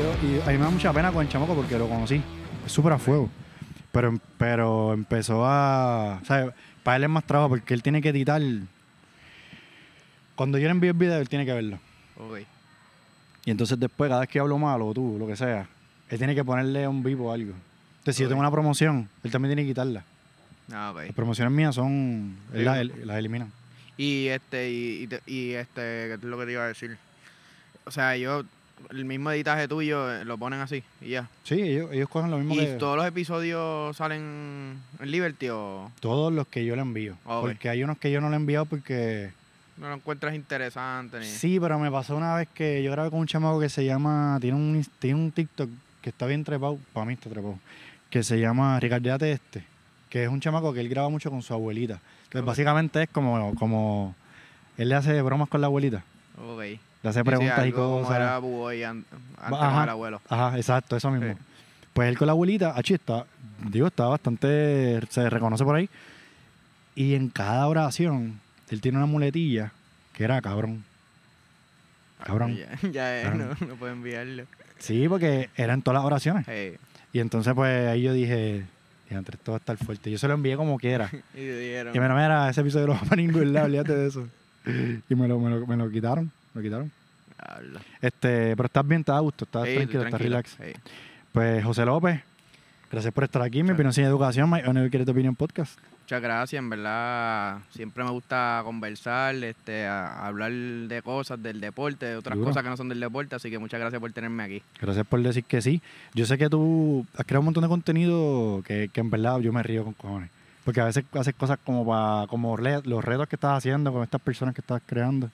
y a mí me da mucha pena con el chamaco porque lo conocí. Es súper a fuego. Pero empezó a... O sea, para él es más trabajo porque él tiene que editar... Cuando yo le envío el video, él tiene que verlo. Ok. Y entonces después, cada vez que hablo mal o tú, lo que sea, él tiene que ponerle un beep o algo. Entonces, si yo tengo una promoción, él también tiene que quitarla. Ah, ok. Las promociones mías son... Él las elimina. Y ¿qué es lo que te iba a decir? O sea, el mismo editaje tuyo lo ponen así y ya. Sí, ellos cogen lo mismo ¿Y que... todos los episodios salen en Liberty o Todos los que yo le envío. Ok. Porque hay unos que yo no le he enviado porque... no lo encuentras interesante? Sí, pero me pasó una vez que yo grabé con un chamaco que se llama... Tiene un TikTok que está bien trepado. Para mí está trepado. Que se llama Ricardéate Este. Que es un chamaco que él graba mucho con su abuelita. Entonces, básicamente es como... Él le hace bromas con la abuelita. Ok. Le hace preguntas y algo como cosas. era Buboy antes con Ajá, el abuelo. Ajá, exacto, eso mismo. Sí. Pues él con la abuelita, está bastante... Se reconoce por ahí. Y en cada oración, él tiene una muletilla que era cabrón. Cabrón. Ya Cabrón. no puedo enviarlo. Sí, porque eran todas las oraciones. Hey. Y entonces, pues, ahí yo dije, entre esto va a estar fuerte. Yo se lo envié como quiera. Y te dijeron. Y mira, ese episodio lo va a poner en ningún lado, olvídate de eso. Y me lo quitaron. Me lo quitaron. Habla. Pero estás bien, estás a gusto, estás Sí, tranquilo, estás tranquilo. relax. Sí. Pues, José López, gracias por estar aquí. Mi opinión sin educación, My Honor Quiere Tu Opinión Podcast. Muchas gracias, en verdad. Siempre me gusta conversar, hablar de cosas del deporte, de otras Duro. cosas que no son del deporte, así que muchas gracias por tenerme aquí. Gracias por decir que sí. Yo sé que tú has creado un montón de contenido que en verdad yo me río con cojones. Porque a veces haces cosas los retos que estás haciendo con estas personas que estás creando.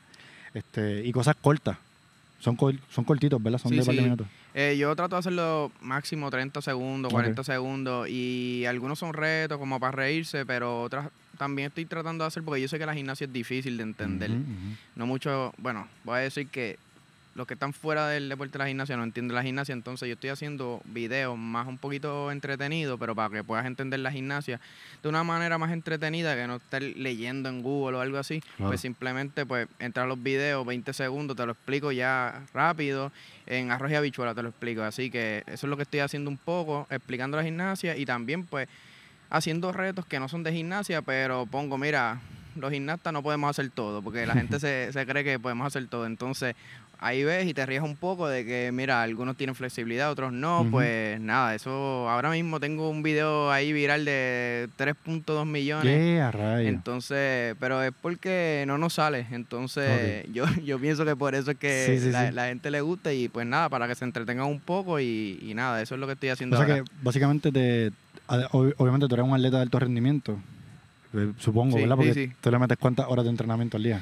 Y cosas cortas. Son cortitos, ¿verdad? Son Sí, de par de sí. minutos. Yo trato de hacerlo máximo 30 segundos, 40 segundos, y algunos son retos como para reírse, pero otras también estoy tratando de hacer porque yo sé que la gimnasia es difícil de entender. Ujú, ujú. No mucho, bueno, voy a decir que los que están fuera del deporte de la gimnasia no entienden la gimnasia, entonces yo estoy haciendo videos más un poquito entretenidos, pero para que puedas entender la gimnasia de una manera más entretenida, que no estar leyendo en Google o algo así, Claro. pues simplemente pues entra a los videos, 20 segundos, te lo explico ya rápido, en arroz y habichuela te lo explico, así que eso es lo que estoy haciendo un poco, explicando la gimnasia y también pues haciendo retos que no son de gimnasia, pero pongo, mira, los gimnastas no podemos hacer todo, porque la gente se cree que podemos hacer todo, entonces ahí ves y te ríes un poco de que, mira, algunos tienen flexibilidad, otros no, Ujú. pues nada, eso ahora mismo tengo un video ahí viral de 3.2 millones, Yeah, rayo. entonces, pero es porque no nos sale, entonces yo pienso que por eso es que Sí. la gente le gusta y pues nada, para que se entretengan un poco y nada, eso es lo que estoy haciendo O sea ahora. que básicamente obviamente tú eres un atleta de alto rendimiento. Supongo, Sí, ¿verdad? sí, Porque sí. tú le metes cuántas horas de entrenamiento al día.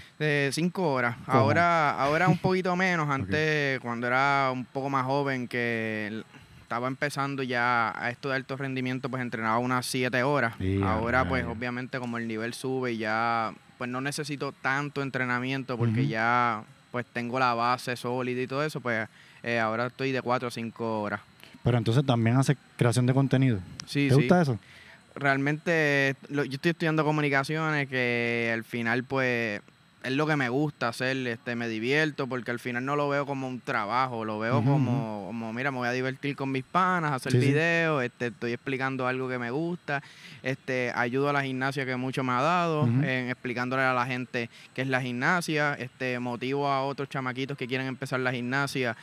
5 horas. ¿Cómo? Ahora un poquito menos. Antes, cuando era un poco más joven, que estaba empezando ya a esto de alto rendimiento, pues entrenaba unas 7 horas. Sí, Ahora, pues rayos. obviamente como el nivel sube y ya, pues no necesito tanto entrenamiento porque Ujú. ya, pues tengo la base sólida y todo eso, pues ahora estoy de 4 a 5 horas. Pero entonces también haces creación de contenido. Sí, ¿Te gusta eso? Realmente yo estoy estudiando comunicaciones, que al final pues es lo que me gusta hacer, me divierto porque al final no lo veo como un trabajo, lo veo Ujú, como mira, me voy a divertir con mis panas, hacer Sí, sí. videos, estoy explicando algo que me gusta, ayudo a la gimnasia que mucho me ha dado, Ujú. explicándole a la gente qué es la gimnasia, motivo a otros chamaquitos que quieren empezar la gimnasia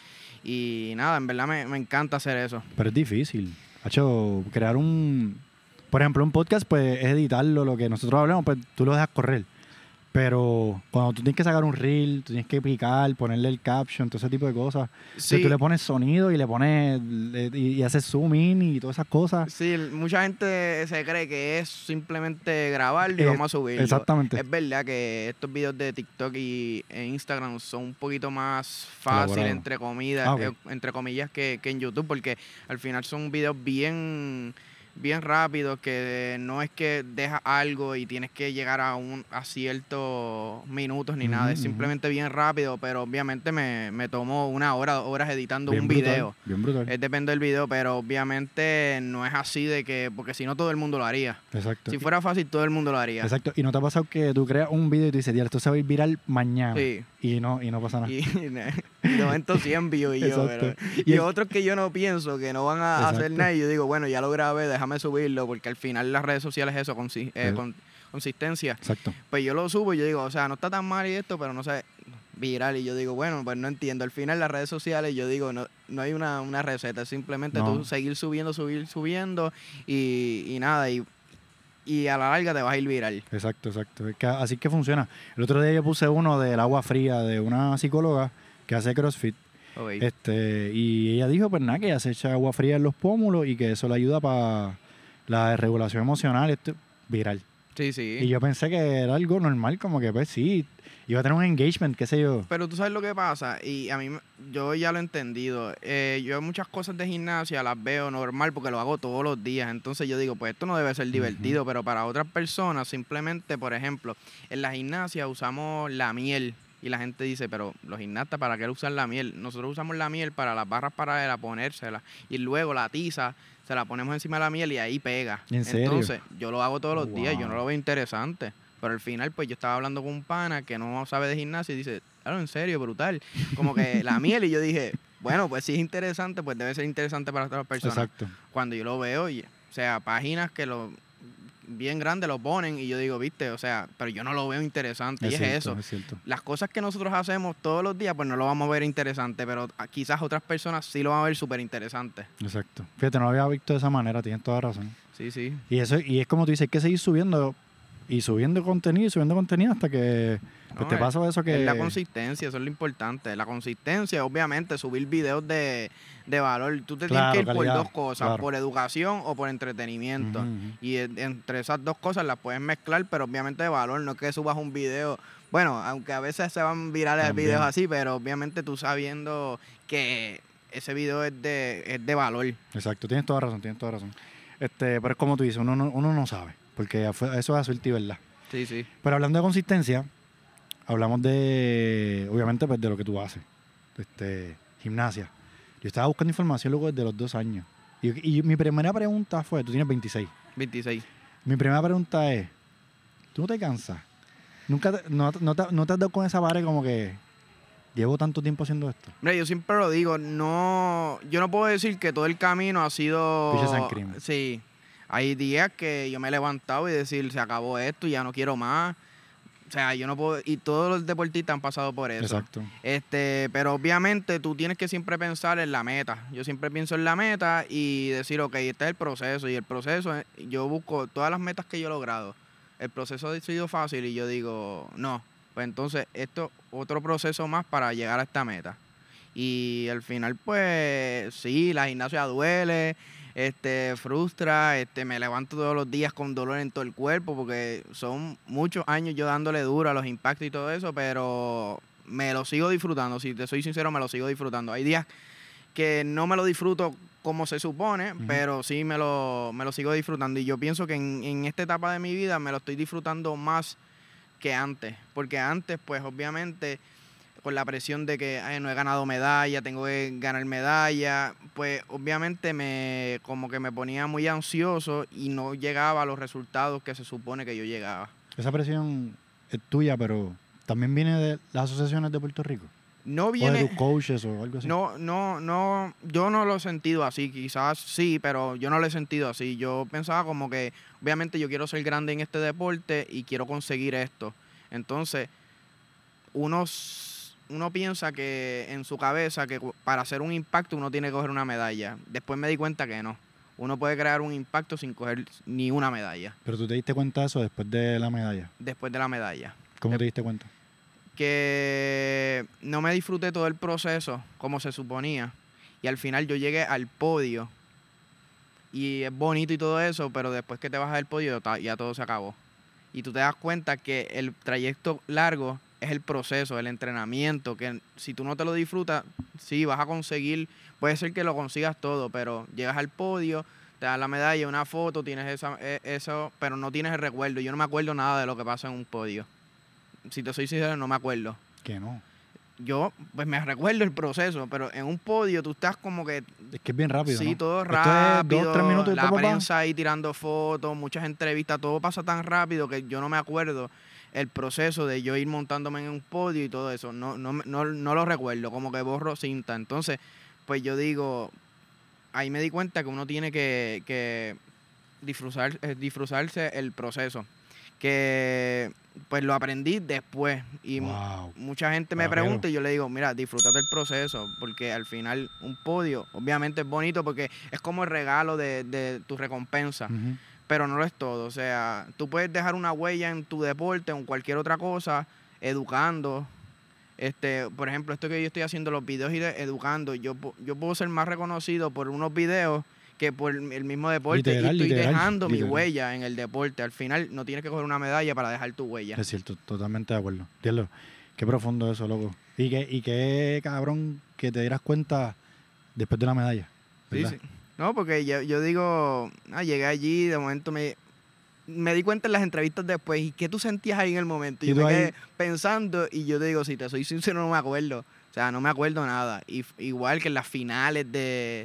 y nada, en verdad me encanta hacer eso. Pero es difícil. Hacho, crear por ejemplo, un podcast, pues es editarlo, lo que nosotros hablamos, pues tú lo dejas correr. Pero cuando tú tienes que sacar un reel, tú tienes que picar, ponerle el caption, todo ese tipo de cosas. Sí. Entonces tú le pones sonido y le pones y haces zoom in y todas esas cosas. Sí, mucha gente se cree que es simplemente grabarlo y vamos a subirlo. Exactamente. Es verdad que estos videos de TikTok e Instagram son un poquito más fáciles, Elaborado. entre comillas, que en YouTube, porque al final son videos bien bien rápidos, que no es que dejas algo y tienes que llegar a ciertos minutos ni nada, es simplemente bien rápido, pero obviamente me tomó 1 hora, 2 horas editando Bien un brutal, video. bien brutal. Depende del video, pero obviamente no es así de que, porque si no todo el mundo lo haría. Exacto. Si fuera fácil, todo el mundo lo haría. Exacto. ¿Y no te ha pasado que tú creas un video y tú dices, esto se va a ir viral mañana? Sí. Y no pasa nada. Y de momento 100 views y yo, Exacto. pero... Y otros que yo no pienso que no van a hacer nada y yo digo, bueno, ya lo grabé, déjame subirlo, porque al final las redes sociales es eso, consistencia. Exacto. Pues yo lo subo y yo digo, o sea, no está tan mal y esto, pero no sé, viral. Y yo digo, bueno, pues no entiendo. Al final las redes sociales, yo digo, no hay una receta, es simplemente tú seguir subiendo y nada, y a la larga te vas a ir viral. Exacto. Es que así que funciona. El otro día yo puse uno del agua fría de una psicóloga que hace CrossFit. Okay. Y ella dijo, pues nada, que ella se echa agua fría en los pómulos y que eso le ayuda para la regulación emocional. Viral. Sí, sí. Y yo pensé que era algo normal, como que pues sí, iba a tener un engagement, qué sé yo. Pero tú sabes lo que pasa, y a mí, yo ya lo he entendido. Yo muchas cosas de gimnasia las veo normal porque lo hago todos los días. Entonces yo digo, pues esto no debe ser divertido, pero para otras personas, simplemente, por ejemplo, en la gimnasia usamos la miel. Y la gente dice, pero los gimnastas, ¿para qué usan la miel? Nosotros usamos la miel para las barras paralelas, ponérsela. Y luego la tiza, se la ponemos encima de la miel y ahí pega. ¿En serio? Entonces, yo lo hago todos los días, yo no lo veo interesante. Pero al final, pues yo estaba hablando con un pana que no sabe de gimnasia y dice, claro, en serio, brutal. Como que la miel, y yo dije, bueno, pues si es interesante, pues debe ser interesante para otras personas. Exacto. Cuando yo lo veo, o sea, páginas que bien grandes lo ponen y yo digo, viste, o sea, pero yo no lo veo interesante. Y es eso. Es cierto. Las cosas que nosotros hacemos todos los días, pues no lo vamos a ver interesante, pero quizás otras personas sí lo van a ver súper interesante. Exacto. Fíjate, no lo había visto de esa manera, tienes toda razón. Sí, sí. Y es como tú dices, hay que seguir subiendo contenido hasta que pues, te pasa eso que... Es la consistencia, eso es lo importante. La consistencia, obviamente, subir videos de valor. Tú te tienes que ir por dos cosas, por educación o por entretenimiento. Y entre esas dos cosas las puedes mezclar, pero obviamente de valor. No es que subas un video... Bueno, aunque a veces se van virales videos así, pero obviamente tú sabiendo que ese video es de valor. Exacto, tienes toda razón. Pero es como tú dices, uno no sabe, porque eso es a suerte y verdad. Sí, sí. Pero hablando de consistencia, hablamos de, obviamente, pues de lo que tú haces, gimnasia. Yo estaba buscando información luego desde los 2 años. Y mi primera pregunta fue, tú tienes 26. 26. Mi primera pregunta es, ¿tú no te cansas? ¿Nunca no te has dado con esa pared como que llevo tanto tiempo haciendo esto? Mira, yo siempre lo digo, yo no puedo decir que todo el camino ha sido... Peaches and cream. Sí. Hay días que yo me he levantado y decir, se acabó esto y ya no quiero más. O sea, yo no puedo... Y todos los deportistas han pasado por eso. Exacto. Pero obviamente tú tienes que siempre pensar en la meta. Yo siempre pienso en la meta y decir, ok, este es el proceso. Y el proceso, yo busco todas las metas que yo he logrado. El proceso ha sido fácil y yo digo, no. Pues entonces, esto otro proceso más para llegar a esta meta. Y al final, pues, sí, la gimnasia duele, frustra, me levanto todos los días con dolor en todo el cuerpo porque son muchos años yo dándole duro a los impactos y todo eso, pero me lo sigo disfrutando. Si te soy sincero, me lo sigo disfrutando. Hay días que no me lo disfruto como se supone, pero sí me lo sigo disfrutando. Y yo pienso que en esta etapa de mi vida me lo estoy disfrutando más que antes. Porque antes, pues obviamente, con la presión de que no he ganado medalla, tengo que ganar medalla, pues obviamente como que me ponía muy ansioso y no llegaba a los resultados que se supone que yo llegaba. Esa presión es tuya, pero también viene de las asociaciones de Puerto Rico. No viene, o de tus coaches o algo así. No, yo no lo he sentido así, quizás sí, pero yo no lo he sentido así. Yo pensaba como que, obviamente yo quiero ser grande en este deporte y quiero conseguir esto. Entonces, uno piensa que en su cabeza que para hacer un impacto uno tiene que coger una medalla. Después me di cuenta que no. Uno puede crear un impacto sin coger ni una medalla. Pero tú te diste cuenta de eso después de la medalla. Después de la medalla. ¿Cómo te diste cuenta? Que no me disfruté todo el proceso como se suponía. Y al final yo llegué al podio. Y es bonito y todo eso, pero después que te bajas del podio ya todo se acabó. Y tú te das cuenta que el trayecto largo es el proceso, el entrenamiento, que si tú no te lo disfrutas, sí, vas a conseguir, puede ser que lo consigas todo, pero llegas al podio, te dan la medalla, una foto, tienes eso, pero no tienes el recuerdo. Yo no me acuerdo nada de lo que pasa en un podio. Si te soy sincero, no me acuerdo. Que no. Yo, pues me recuerdo el proceso, pero en un podio tú estás como que... Es que es bien rápido, Sí, ¿no? todo Esto es rápido, 2, 3 minutos y la pa, pa, pa. prensa ahí tirando fotos, muchas entrevistas, todo pasa tan rápido que yo no me acuerdo el proceso de yo ir montándome en un podio y todo eso. No lo recuerdo, como que borro cinta. Entonces, pues yo digo, ahí me di cuenta que uno tiene que disfrutarse el proceso. Que pues lo aprendí después y Wow. mucha gente me pregunta y yo le digo, mira, disfrútate el proceso, porque al final un podio obviamente es bonito porque es como el regalo de tu recompensa, Ujú. pero no lo es todo. O sea, tú puedes dejar una huella en tu deporte o en cualquier otra cosa, educando. Por ejemplo, esto que yo estoy haciendo, los videos y educando, yo puedo ser más reconocido por unos videos que por el mismo deporte. Literal, y estoy literal, dejando mi literal. huella en el deporte. Al final no tienes que coger una medalla para dejar tu huella. Es cierto, totalmente de acuerdo. Diablo, qué profundo eso, loco. Y qué cabrón que te dieras cuenta después de la medalla, Sí, ¿verdad? sí. No, porque yo digo, llegué allí, de momento me di cuenta en las entrevistas después, ¿y qué tú sentías ahí en el momento? Y Y yo tú me ahí- quedé pensando y yo te digo, si te soy sincero, no me acuerdo. O sea, no me acuerdo nada. Y igual que en las finales de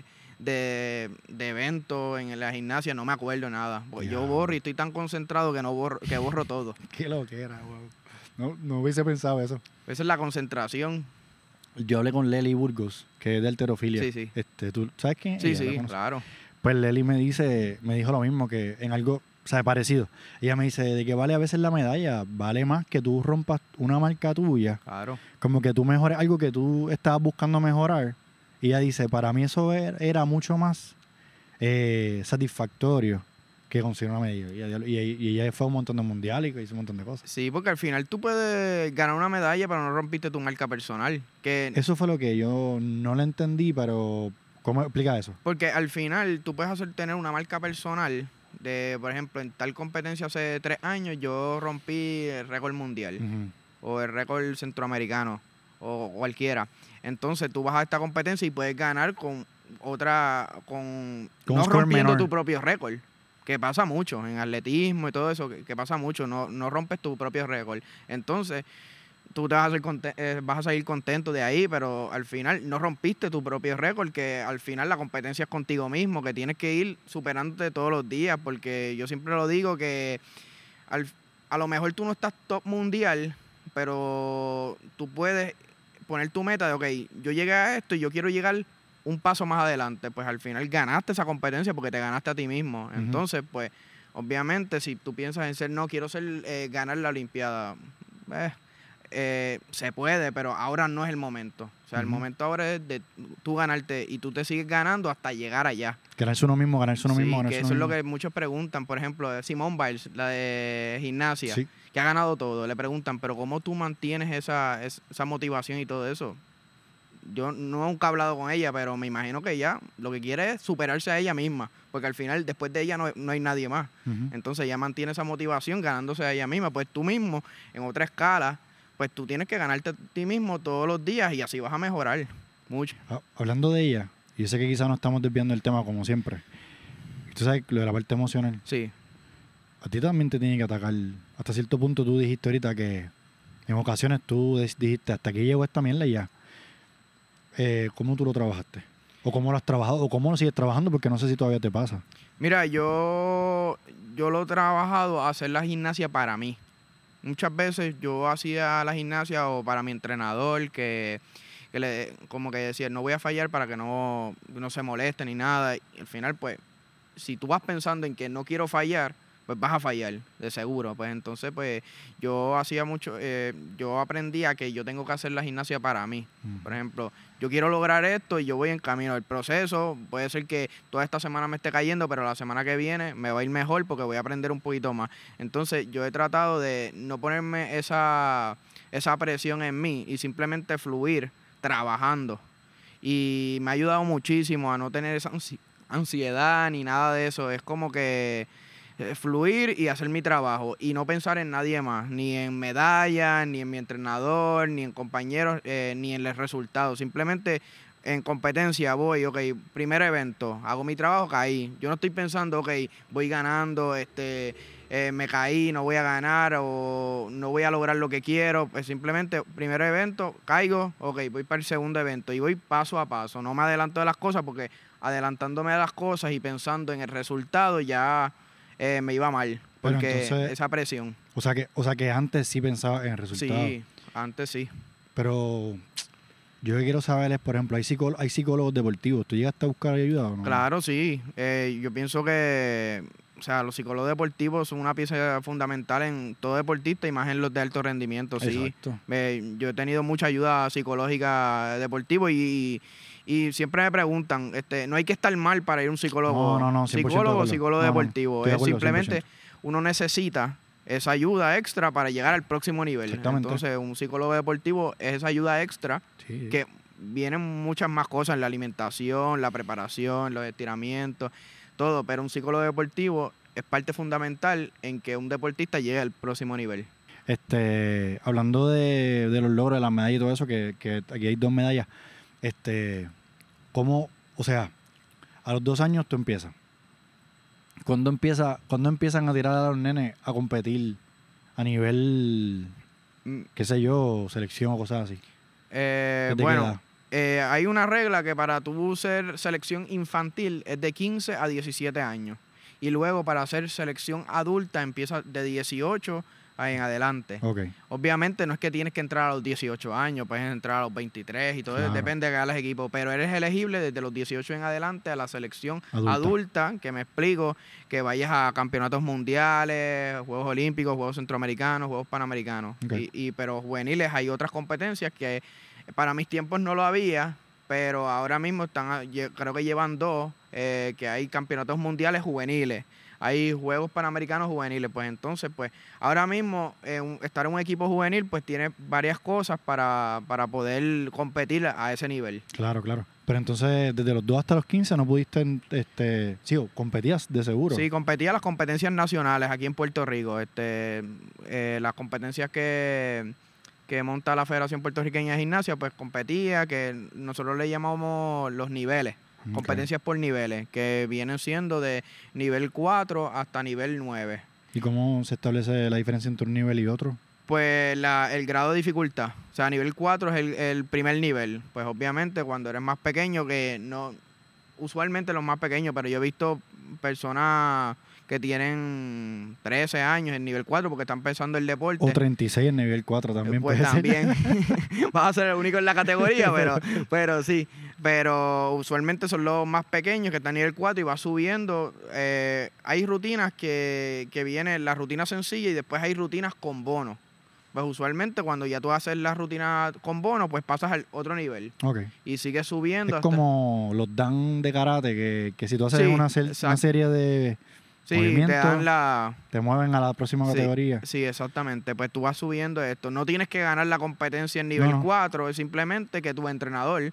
eventos en la gimnasia, no me acuerdo nada. Pues yo Diablo. borro y estoy tan concentrado que borro todo. Qué loquera, wow. No hubiese pensado eso. Esa es la concentración. Yo hablé con Lely Burgos, que es de halterofilia. Sí, sí. ¿Tú sabes quién es? Sí, Ella, ¿la sí, conoces? claro. Pues Lely me dijo lo mismo, que en algo, o sea, parecido. Ella me dice, de que vale a veces la medalla, vale más que tú rompas una marca tuya, Claro. como que tú mejores algo que tú estabas buscando mejorar. Y ella dice, para mí eso era mucho más satisfactorio que conseguir una medalla. Y ella fue a un montón de mundiales y hizo un montón de cosas. Sí, porque al final tú puedes ganar una medalla, pero no rompiste tu marca personal. Eso fue lo que yo no le entendí, pero ¿cómo explica eso? Porque al final tú puedes tener una marca personal de, por ejemplo, en tal competencia hace 3 años yo rompí el récord mundial Ujú. o el récord centroamericano o cualquiera. Entonces tú vas a esta competencia y puedes ganar con Con no un score rompiendo menor. tu propio récord. Que pasa mucho en atletismo y todo eso, que pasa mucho, no rompes tu propio récord. Entonces, tú vas a salir contento de ahí, pero al final no rompiste tu propio récord, que al final la competencia es contigo mismo, que tienes que ir superándote todos los días, porque yo siempre lo digo que a lo mejor tú no estás top mundial, pero tú puedes poner tu meta de, ok, yo llegué a esto y yo quiero llegar un paso más adelante. Pues al final ganaste esa competencia porque te ganaste a ti mismo. Ujú. Entonces, pues, obviamente, si tú piensas en quiero ganar la Olimpiada, se puede, pero ahora no es el momento. O sea, el Ujú. momento ahora es de tú ganarte y tú te sigues ganando hasta llegar allá. Ganarse uno mismo, Sí, ganarse que uno eso es lo mismo. que muchos preguntan. Por ejemplo, de Simone Biles, la de gimnasia, Sí. que ha ganado todo. Le preguntan, pero ¿cómo tú mantienes esa motivación y todo eso? Yo nunca he hablado con ella, pero me imagino que ella lo que quiere es superarse a ella misma, porque al final después de ella no hay nadie más. Ujú. Entonces ella mantiene esa motivación ganándose a ella misma. Pues tú mismo, en otra escala, pues tú tienes que ganarte a ti mismo todos los días y así vas a mejorar mucho. Hablando de ella, y yo sé que quizás no estamos desviando el tema como siempre. Tú sabes, lo de la parte emocional, Sí, a ti también te tiene que atacar. Hasta cierto punto tú dijiste ahorita que en ocasiones tú dijiste, hasta aquí llegó esta mierda y ya. ¿Cómo tú lo trabajaste? ¿O cómo lo has trabajado? ¿O cómo lo sigues trabajando? Porque no sé si todavía te pasa. mira, yo lo he trabajado a hacer la gimnasia para mí. Muchas veces yo hacía la gimnasia o para mi entrenador como que decía, no voy a fallar para que no se moleste ni nada. Y al final, pues, si tú vas pensando en que no quiero fallar, pues vas a fallar, de seguro. Pues entonces, pues, yo hacía mucho, yo aprendí a que yo tengo que hacer la gimnasia para mí. Por ejemplo, yo quiero lograr esto y yo voy en camino. El proceso puede ser que toda esta semana me esté cayendo, pero la semana que viene me va a ir mejor porque voy a aprender un poquito más. Entonces, yo he tratado de no ponerme esa presión en mí y simplemente fluir trabajando. Y me ha ayudado muchísimo a no tener esa ansiedad ni nada de eso. Es como que fluir y hacer mi trabajo y no pensar en nadie más, ni en medallas, ni en mi entrenador, ni en compañeros, ni en el resultado. Simplemente en competencia voy, ok, primer evento, hago mi trabajo, caí. Yo no estoy pensando, ok, voy ganando, me caí, no voy a ganar o no voy a lograr lo que quiero. Pues simplemente, primer evento, caigo, ok, voy para el segundo evento y voy paso a paso. No me adelanto de las cosas porque adelantándome de las cosas y pensando en el resultado ya me iba mal. Pero Porque entonces, esa presión. o sea que antes sí pensaba en el resultado. Sí, antes sí. Pero yo lo que quiero saber es, por ejemplo, hay psicólogos deportivos. ¿Tú llegaste a buscar ayuda o no? Claro, sí. Yo pienso que, o sea, los psicólogos deportivos son una pieza fundamental en todo deportista y más en los de alto rendimiento, sí. Exacto. Yo he tenido mucha ayuda psicológica deportiva y siempre me preguntan, no hay que estar mal para ir a un psicólogo. No, 100% de Psicólogo o acuerdo. psicólogo No, deportivo. estoy de Es acuerdo, simplemente 100%. uno necesita esa ayuda extra para llegar al próximo nivel. Exactamente. Entonces, un psicólogo deportivo es esa ayuda extra Sí. que vienen muchas más cosas, la alimentación, la preparación, los estiramientos, todo, pero un psicólogo deportivo es parte fundamental en que un deportista llegue al próximo nivel. Hablando de los logros, de las medallas y todo eso, que aquí hay 2 medallas, ¿cómo, o sea, a los 2 años tú empiezas? ¿Cuándo empiezan a tirar a los nenes a competir a nivel, qué sé yo, selección o cosas así? ¿Desde qué Bueno, edad? hay una regla que para tú ser selección infantil es de 15 a 17 años. Y luego para hacer selección adulta empieza de 18 en adelante. Ok, Obviamente no es que tienes que entrar a los 18 años, puedes entrar a los 23 y todo, Claro. depende de cada equipo, pero eres elegible desde los 18 en adelante a la selección Adulta. adulta, que me explico, que vayas a campeonatos mundiales, Juegos Olímpicos, Juegos Centroamericanos, Juegos Panamericanos. Ok. Pero juveniles hay otras competencias que para mis tiempos no lo había, pero ahora mismo creo que llevan 2, que hay campeonatos mundiales juveniles. Hay Juegos Panamericanos juveniles, pues entonces, pues ahora mismo estar en un equipo juvenil, pues tiene varias cosas para poder competir a ese nivel. claro. Pero entonces, desde los 2 hasta los 15 no pudiste, competías de seguro. Sí, competía las competencias nacionales aquí en Puerto Rico, las competencias que monta la Federación Puertorriqueña de Gimnasia, pues competía, que nosotros le llamamos los niveles. Ok. Competencias por niveles, que vienen siendo de nivel 4 hasta nivel 9. ¿Y cómo se establece la diferencia entre un nivel y otro? Pues el grado de dificultad. O sea, nivel 4 es el primer nivel. Pues obviamente cuando eres más pequeño, que no, usualmente los más pequeños, pero yo he visto personas que tienen 13 años en nivel 4 porque están empezando el deporte. O 36 en nivel 4 también. Pues puede ser. también vas a ser el único en la categoría, pero sí. Pero usualmente son los más pequeños que están en nivel 4 y va subiendo. Hay rutinas que vienen, la rutina sencilla y después hay rutinas con bono. Pues usualmente cuando ya tú haces la rutina con bono, pues pasas al otro nivel. Ok. Y sigues subiendo. Es como los dan de karate, que si tú haces Sí, una exacto. serie de Sí, movimientos, te dan te mueven a la próxima categoría. Sí, exactamente. Pues tú vas subiendo esto. No tienes que ganar la competencia en nivel No. 4, es simplemente que tu entrenador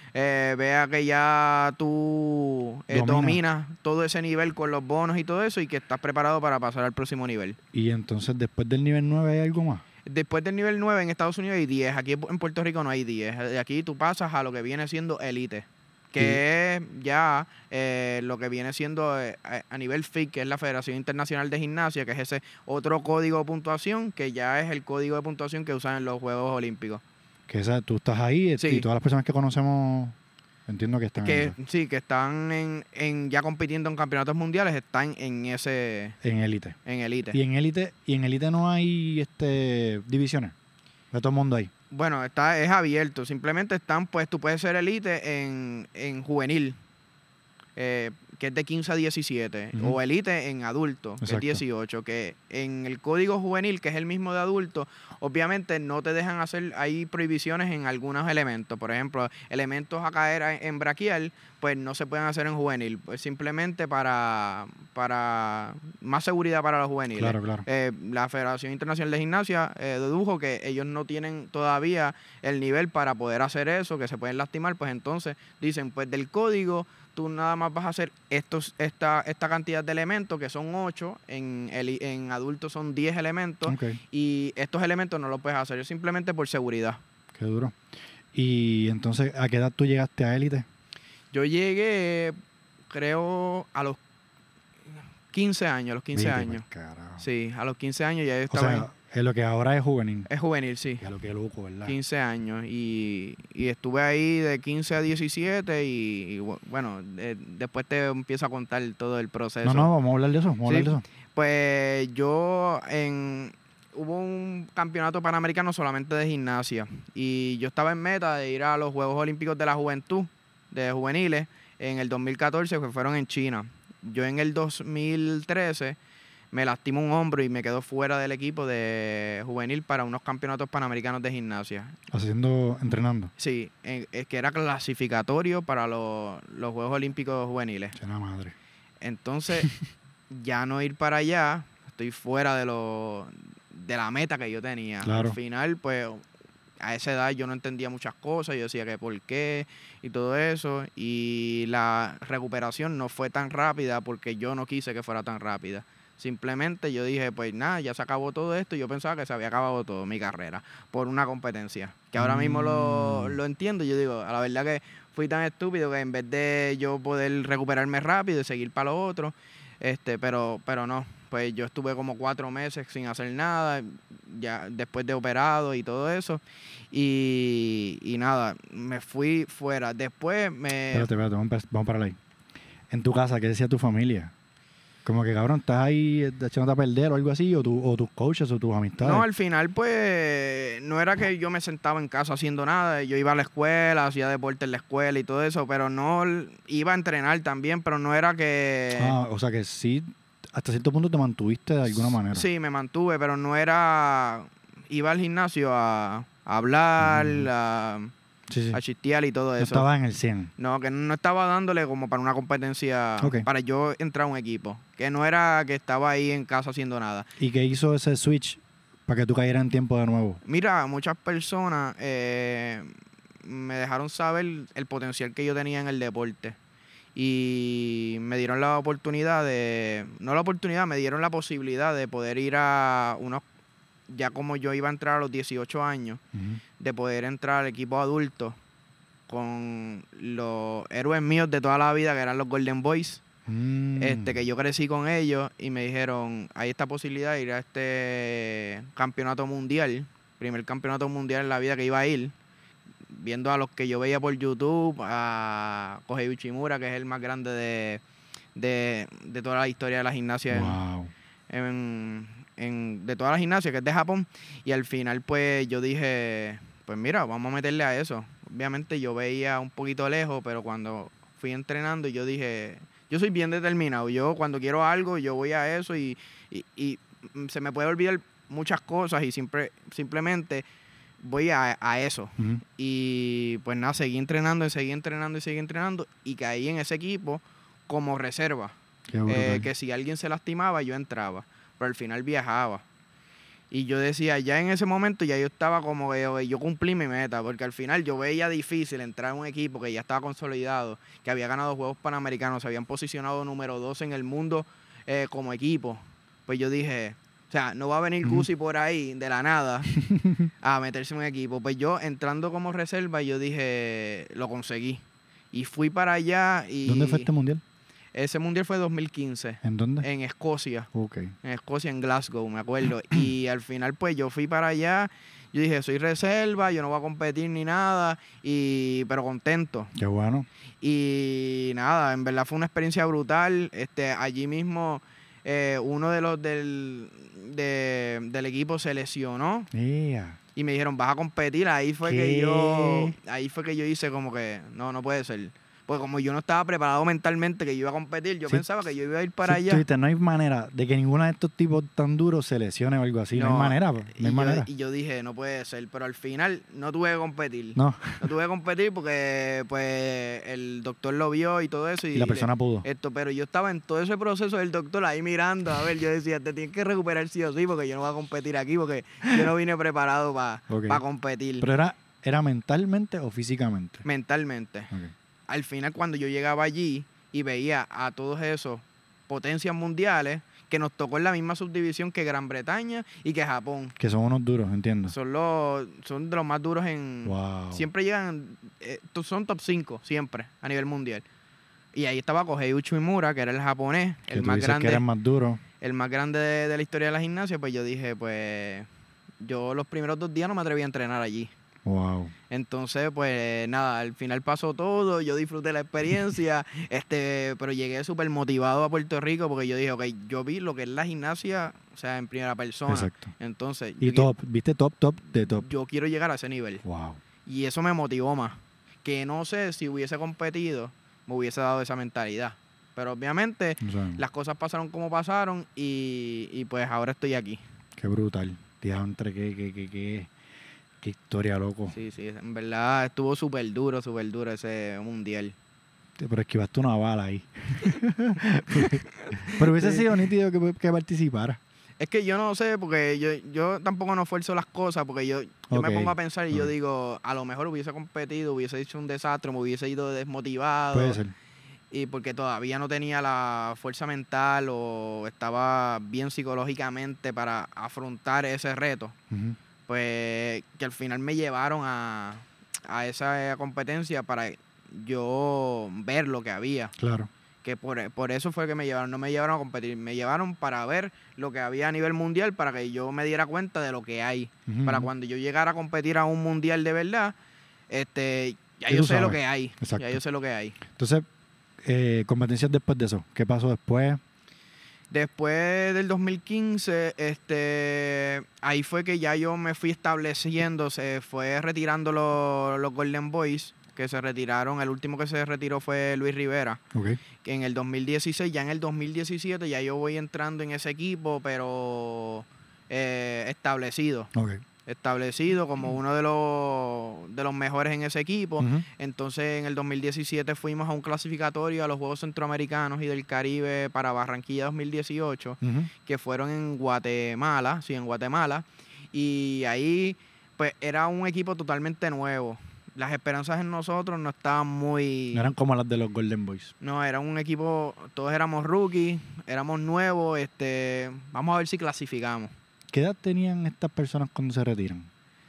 vea que ya tú dominas todo ese nivel con los bonos y todo eso y que estás preparado para pasar al próximo nivel. Y entonces después del nivel 9 hay algo más. Después del nivel 9 en Estados Unidos hay 10. Aquí en Puerto Rico no hay 10. De aquí tú pasas a lo que viene siendo elite, que es ya lo que viene siendo a nivel FIC, que es la Federación Internacional de Gimnasia, que es ese otro código de puntuación, que ya es el código de puntuación que usan en los Juegos Olímpicos. Que tú estás ahí Sí. y todas las personas que conocemos, entiendo que están Que ahí. sí, que están ya compitiendo en campeonatos mundiales, están en élite. en elite. Y en élite no hay divisiones. De todo el mundo ahí. Bueno, es abierto. Simplemente pues tú puedes ser elite en juvenil, que es de 15 a 17, Ujú. o elite en adulto, que es Exacto. 18, que en el código juvenil, que es el mismo de adulto, obviamente no te dejan hacer, hay prohibiciones en algunos elementos. Por ejemplo, elementos a caer en braquial, pues no se pueden hacer en juvenil, pues simplemente para más seguridad para los juveniles. Claro. La Federación Internacional de Gimnasia dedujo que ellos no tienen todavía el nivel para poder hacer eso, que se pueden lastimar, pues entonces dicen, pues del código tú nada más vas a hacer esta cantidad de elementos, que son 8, en adultos son 10 elementos, Ok. y estos elementos no los puedes hacer simplemente por seguridad. Qué duro. Y entonces, ¿a qué edad tú llegaste a élite? Yo llegué, creo, a los 15 años, a los 15 Vete años. pa'l carajo. Sí, a los 15 años ya yo O estaba sea, es lo que ahora es juvenil. es juvenil, sí. Ya lo que loco, ¿verdad? 15 años y estuve ahí de 15 a 17 bueno, después te empiezo a contar todo el proceso. No, vamos a hablar de eso, vamos a Sí. hablar de eso. Pues hubo un campeonato panamericano solamente de gimnasia y yo estaba en meta de ir a los Juegos Olímpicos de la Juventud, de juveniles, en el 2014, que fueron en China. Yo en el 2013 me lastimó un hombro y me quedo fuera del equipo de juvenil para unos campeonatos panamericanos de gimnasia. Entrenando. Sí, es que era clasificatorio para los Juegos Olímpicos juveniles. Chena madre. Entonces, ya no ir para allá, estoy fuera de la meta que yo tenía. Claro. Al final, pues, a esa edad yo no entendía muchas cosas, yo decía que por qué y todo eso, y la recuperación no fue tan rápida porque yo no quise que fuera tan rápida. Simplemente yo dije, pues nada, ya se acabó todo esto. Yo pensaba que se había acabado todo mi carrera por una competencia. Que ahora mismo lo entiendo. Yo digo, a la verdad que fui tan estúpido que en vez de yo poder recuperarme rápido y seguir para lo otro, pero no. Pues yo estuve como 4 meses sin hacer nada, ya después de operado y todo eso. Y nada, me fui fuera. Después Espérate, vamos para ahí. En tu casa, ¿qué decía tu familia? Como que, cabrón, ¿estás ahí echándote a perder o algo así? ¿O tus coaches o tus amistades? No, al final, pues, no era que yo me sentaba en casa haciendo nada. Yo iba a la escuela, hacía deporte en la escuela y todo eso, pero no iba a entrenar también, pero no era que... O sea que sí, hasta cierto punto te mantuviste de alguna manera. Sí, me mantuve, pero no era... Iba al gimnasio a hablar, Sí. a chistear y todo No eso. estabas en el 100. No, que no estaba dándole como para una competencia, Ok. para yo entrar a un equipo. Que no era que estaba ahí en casa haciendo nada. ¿Y qué hizo ese switch para que tú cayeras en tiempo de nuevo? Mira, muchas personas me dejaron saber el potencial que yo tenía en el deporte. Y me dieron la oportunidad me dieron la posibilidad de poder ir a unos, ya como yo iba a entrar a los 18 años, de poder entrar al equipo adulto con los héroes míos de toda la vida, que eran los Golden Boys. Que yo crecí con ellos y me dijeron, hay esta posibilidad de ir a este campeonato mundial, primer campeonato mundial en la vida que iba a ir, viendo a los que yo veía por YouTube, a Kohei Uchimura, que es el más grande de toda la historia de la gimnasia Wow. de toda la gimnasia, que es de Japón. Y al final, pues, yo dije, pues mira, vamos a meterle a eso. Obviamente yo veía un poquito lejos, pero cuando fui entrenando, yo dije, yo soy bien determinado. Yo cuando quiero algo, yo voy a eso y se me puede olvidar muchas cosas y simplemente voy a eso. Y pues nada, seguí entrenando y caí en ese equipo como reserva. Que si alguien se lastimaba, yo entraba. Pero al final viajaba. Y yo decía, ya en ese momento ya yo estaba como que yo cumplí mi meta, porque al final yo veía difícil entrar a un equipo que ya estaba consolidado, que había ganado Juegos Panamericanos, se habían posicionado número 2 en el mundo como equipo. Pues yo dije, o sea, no va a venir Gusi por ahí de la nada a meterse en un equipo. Pues yo entrando como reserva, yo dije, lo conseguí. Y fui para allá y... ¿Dónde fue este mundial? Ese mundial fue 2015. ¿En dónde? En Escocia. Ok. En Escocia, en Glasgow, me acuerdo. Y al final, pues, yo fui para allá. Yo dije, soy reserva, yo no voy a competir ni nada, pero contento. Qué bueno. Y nada, en verdad fue una experiencia brutal. Allí mismo, uno de los del equipo se lesionó. Yeah. Y me dijeron, vas a competir. Ahí fue que yo hice como que, no puede ser. Porque como yo no estaba preparado mentalmente que yo iba a competir, yo pensaba que yo iba a ir para allá. No hay manera de que ninguno de estos tipos tan duros se lesione o algo así. No hay manera. No hay manera. Y yo dije, no puede ser. Pero al final no tuve que competir. No. No tuve que competir porque pues el doctor lo vio y todo eso. Y la persona pudo. Pero yo estaba en todo ese proceso del doctor ahí mirando. A ver, yo decía, te tienes que recuperar sí o sí porque yo no voy a competir aquí porque yo no vine preparado para competir. ¿Pero era mentalmente o físicamente? Mentalmente. Okay. Al final, cuando yo llegaba allí y veía a todos esos potencias mundiales que nos tocó en la misma subdivisión que Gran Bretaña y que Japón. Que son unos duros, entiendo. Son de los más duros Wow. Siempre llegan, son top 5, siempre, a nivel mundial. Y ahí estaba Kohei Uchimura, que era el japonés, Que tú dices que era el más duro. el más grande de la historia de la gimnasia. Pues yo dije, pues, yo los primeros 2 días no me atreví a entrenar allí. Wow. Entonces, pues nada, al final pasó todo, yo disfruté la experiencia, pero llegué súper motivado a Puerto Rico porque yo dije, ok, yo vi lo que es la gimnasia, o sea, en primera persona. Exacto. Entonces, Y viste top de top. yo quiero llegar a ese nivel. Wow. Y eso me motivó más. Que no sé si hubiese competido, me hubiese dado esa mentalidad. Pero obviamente O sea, las cosas pasaron como pasaron y pues ahora estoy aquí. qué brutal. Diantre, qué historia, loco. Sí, en verdad estuvo súper duro ese mundial. Pero esquivaste una bala ahí. Pero hubiese sido nítido que participara. Es que yo no sé, porque yo tampoco no esfuerzo las cosas, porque yo me pongo a pensar y yo digo, a lo mejor hubiese competido, hubiese hecho un desastre, me hubiese ido desmotivado. Puede ser. Y porque todavía no tenía la fuerza mental o estaba bien psicológicamente para afrontar ese reto. Ujú. Pues que al final me llevaron a esa competencia para yo ver lo que había. Claro. Que por eso fue que me llevaron, no me llevaron a competir, me llevaron para ver lo que había a nivel mundial, para que yo me diera cuenta de lo que hay. Ujú. Para cuando yo llegara a competir a un mundial de verdad, ya Sí, yo tú sé lo sabes. que hay. Exacto. Ya yo sé lo que hay. Entonces, competencias después de eso. ¿Qué pasó después? Después del 2015, ahí fue que ya yo me fui estableciendo, se fue retirando los Golden Boys, que se retiraron. El último que se retiró fue Luis Rivera, Ok. que en el 2016, ya en el 2017 ya yo voy entrando en ese equipo, pero establecido como uno de los mejores en ese equipo. Ujú. Entonces, en el 2017 fuimos a un clasificatorio a los Juegos Centroamericanos y del Caribe para Barranquilla 2018, Ujú. que fueron en Guatemala, y ahí pues era un equipo totalmente nuevo. Las esperanzas en nosotros no estaban muy... No eran como las de los Golden Boys. No, era un equipo, todos éramos rookies, éramos nuevos, vamos a ver si clasificamos. ¿Qué edad tenían estas personas cuando se retiran?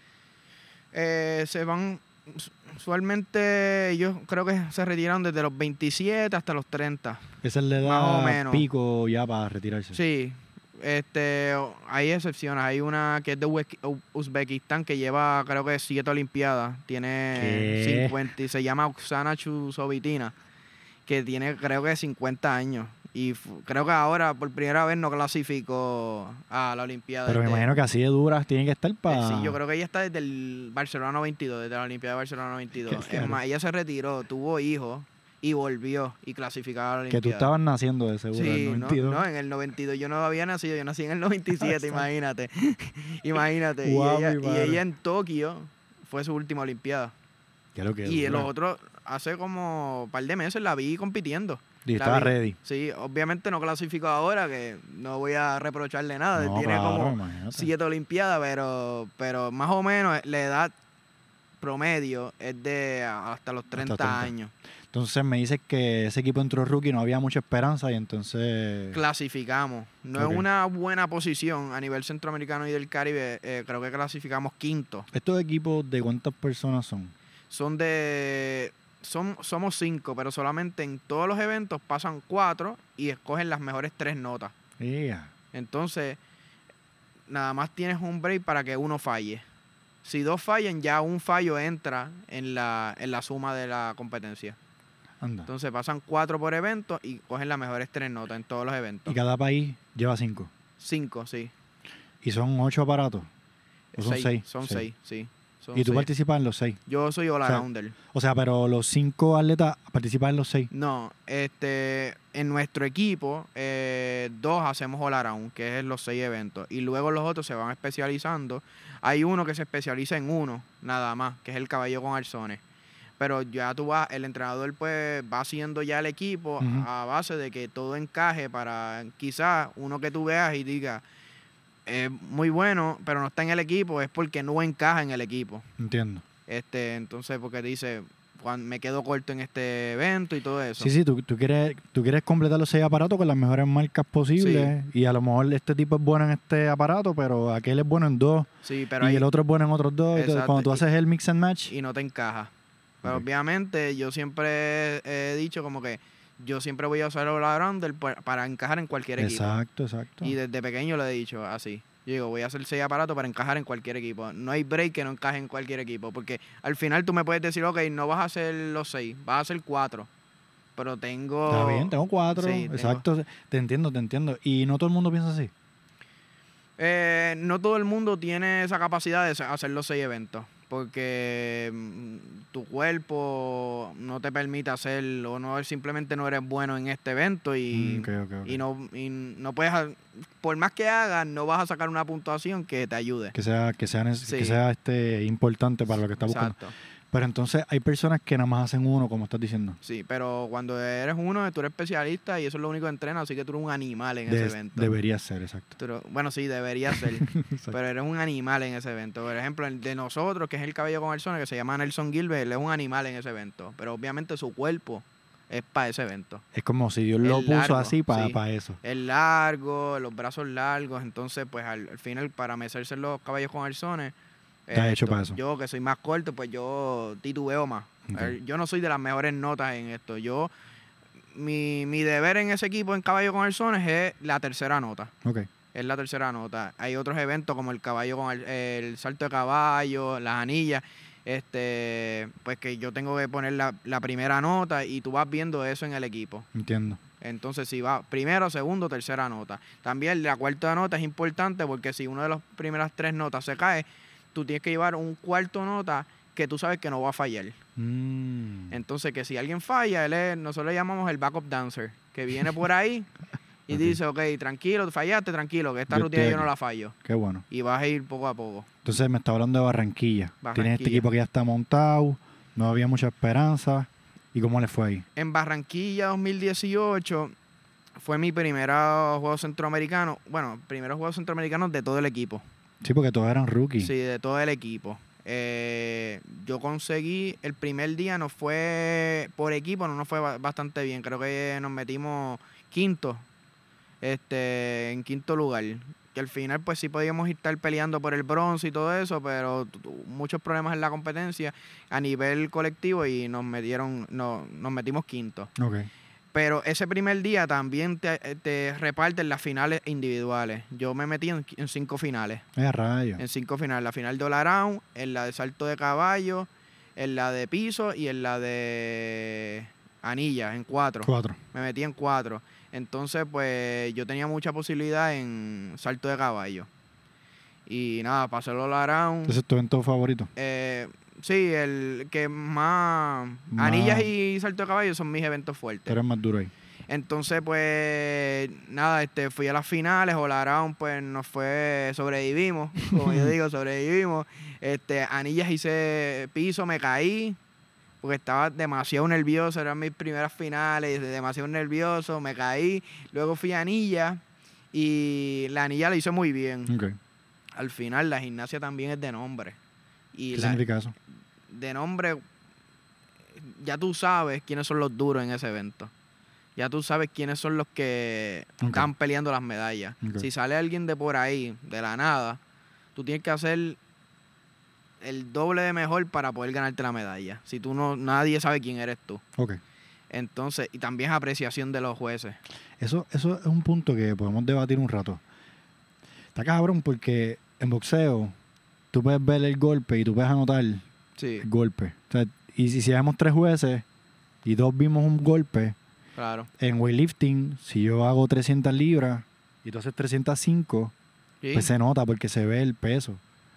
Se van, usualmente ellos creo que se retiraron desde los 27 hasta los 30. Esa es la edad Más o menos. pico ya para retirarse. Sí, hay excepciones. Hay una que es de Uzbekistán que lleva creo que 7 olimpiadas. Tiene ¿Qué? 50 y se llama Oksana Chusovitina, que tiene creo que 50 años. Y creo que ahora por primera vez no clasificó a la Olimpiada. Pero me imagino que así de duras tienen que estar para... Sí, yo creo que ella está desde el Barcelona 92, desde la Olimpiada de Barcelona 92. Qué Es más, ella se retiró, tuvo hijos y volvió y clasificó a la Olimpiada. Que tú estabas naciendo de seguro en Sí, el 92. no, en el 92 yo no había nacido, yo nací en el 97, imagínate. Imagínate. Guau, y mi madre. ella en Tokio fue su última Olimpiada. Ya lo que Y dura. los otros, hace como un par de meses la vi compitiendo. Y La estaba vi. ready. Sí, obviamente no clasificó ahora, que no voy a reprocharle nada. No, Tiene claro, como imagínate. 7 Olimpiadas, pero más o menos la edad promedio es de hasta los 30 30. años. Entonces me dices que ese equipo entró rookie, no había mucha esperanza y entonces... Clasificamos. No Ok. es una buena posición a nivel centroamericano y del Caribe. Creo que clasificamos quinto. ¿Estos equipos de cuántas personas son? Somos 5, pero solamente en todos los eventos pasan 4 y escogen las mejores 3 notas. Yeah. Entonces, nada más tienes un break para que uno falle. Si 2 fallan, ya un fallo entra en la suma de la competencia. Anda. Entonces pasan 4 por evento y cogen las mejores 3 notas en todos los eventos. Y cada país lleva 5. 5, sí. ¿Y son 8 aparatos? ¿O son 6? Son 6, sí. Son ¿Y tú 6. participas en los 6? Yo soy all-arounder. O sea, pero los 5 atletas participan en los 6. No, en nuestro equipo, 2 hacemos all-around, que es los 6 eventos. Y luego los otros se van especializando. Hay uno que se especializa en uno, nada más, que es el caballo con arzones. Pero ya tú vas, el entrenador pues va haciendo ya el equipo Ujú. a base de que todo encaje para quizás uno que tú veas y diga, es muy bueno, pero no está en el equipo, es porque no encaja en el equipo. Entiendo. Entonces, porque dice, me quedo corto en este evento y todo eso. Sí, tú quieres completar los 6 aparatos con las mejores marcas posibles y a lo mejor este tipo es bueno en este aparato, pero aquel es bueno en 2 Sí, pero y el otro es bueno en otros 2. Entonces, cuando tú haces el mix and match... Y no te encaja. Pero obviamente yo siempre he dicho como que yo siempre voy a usar el all-rounder para encajar en cualquier equipo. Exacto. Y desde pequeño lo he dicho así. Yo digo, voy a hacer 6 aparatos para encajar en cualquier equipo. No hay break que no encaje en cualquier equipo. Porque al final tú me puedes decir, ok, no vas a hacer los 6, vas a hacer 4. Pero tengo... Está bien, tengo 4. Sí, exacto. Te entiendo. Y no todo el mundo piensa así. No todo el mundo tiene esa capacidad de hacer los 6 eventos. Porque tu cuerpo no te permite hacerlo, no, simplemente no eres bueno en este evento y no puedes, por más que hagas, no vas a sacar una puntuación que te ayude. Que sea importante para lo que estás buscando. Pero entonces hay personas que nada más hacen uno, como estás diciendo. Sí, pero cuando eres uno, tú eres especialista y eso es lo único que entrenas, así que tú eres un animal en ese evento. Debería ser, exacto. Bueno, sí, debería ser, pero eres un animal en ese evento. Por ejemplo, el de nosotros, que es el caballo con personas, que se llama Nelson Gilbert, él es un animal en ese evento, pero obviamente su cuerpo es para ese evento. Es como si Dios lo puso así para eso. Es largo, los brazos largos, entonces pues al final para mecerse los caballos con arzones, está hecho para eso. Yo que soy más corto, pues yo titubeo más. Okay. Yo no soy de las mejores notas en esto. Mi deber en ese equipo en caballo con arzones es la tercera nota. Okay. Es la tercera nota. Hay otros eventos como el caballo con el salto de caballo, las anillas, pues que yo tengo que poner la primera nota y tú vas viendo eso en el equipo. Entiendo. Entonces, si va primero, segundo, tercera nota. También la cuarta nota es importante porque si una de las primeras 3 notas se cae, tú tienes que llevar un cuarto nota que tú sabes que no va a fallar. Entonces, que si alguien falla, nosotros le llamamos el backup dancer, que viene por ahí y dice, ok, tranquilo, fallaste, tranquilo, que esta rutina yo no la fallo. Qué bueno. Y vas a ir poco a poco. Entonces, me está hablando de Barranquilla. Tienes este equipo que ya está montado, no había mucha esperanza. ¿Y cómo le fue ahí? En Barranquilla 2018 fue mi primer juego centroamericano. Bueno, primeros juegos centroamericanos de todo el equipo. Sí, porque todos eran rookies. Sí, de todo el equipo. Yo conseguí, el primer día nos fue por equipo, no nos fue bastante bien. Creo que nos metimos quinto, en quinto lugar. Que al final pues sí podíamos estar peleando por el bronce y todo eso, pero muchos problemas en la competencia a nivel colectivo y nos metimos quinto. Okay. Pero ese primer día también te reparten las finales individuales. Yo me metí en 5 finales. Rayo. En 5 finales. La final de all-around, en la de salto de caballo, en la de piso y en la de anillas, en 4. Me metí en 4. Entonces, pues, yo tenía mucha posibilidad en salto de caballo. Y nada, pasé el all-around. ¿Ese es tu evento favorito? Sí, el que más... Anillas y salto de caballo son mis eventos fuertes. Pero es más duro ahí. Entonces, pues, nada, fui a las finales, all-around, pues, sobrevivimos, como yo digo, sobrevivimos. Anillas hice piso, me caí, porque estaba demasiado nervioso, eran mis primeras finales, demasiado nervioso, me caí. Luego fui a anillas, y la anilla la hice muy bien. Okay. Al final, la gimnasia también es de nombre. ¿Qué significa eso? De nombre, ya tú sabes quiénes son los duros en ese evento. Ya tú sabes quiénes son los que están peleando las medallas. Okay. Si sale alguien de por ahí, de la nada, tú tienes que hacer el doble de mejor para poder ganarte la medalla. Si tú nadie sabe quién eres tú. Okay. Entonces, y también es apreciación de los jueces. Eso es un punto que podemos debatir un rato. Está cabrón porque en boxeo tú puedes ver el golpe y tú puedes anotar el golpe. O sea, y si vemos 3 jueces y 2 vimos un golpe, claro. En weightlifting, si yo hago 300 libras y tú haces 305, pues se nota porque se ve el peso.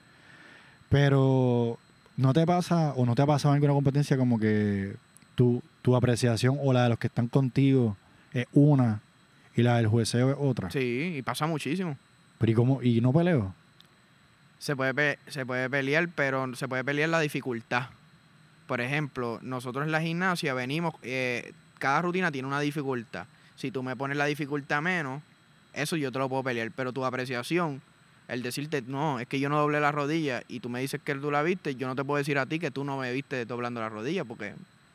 Pero ¿no te pasa o no te ha pasado en alguna competencia como que tu apreciación o la de los que están contigo es una y la del jueceo es otra? Sí, y pasa muchísimo. Pero ¿y no peleo? Se puede pelear, pero se puede pelear la dificultad. Por ejemplo, nosotros en la gimnasia venimos, cada rutina tiene una dificultad. Si tú me pones la dificultad menos, eso yo te lo puedo pelear. Pero tu apreciación, el decirte, no, es que yo no doblé la rodilla y tú me dices que tú la viste, yo no te puedo decir a ti que tú no me viste doblando la rodilla porque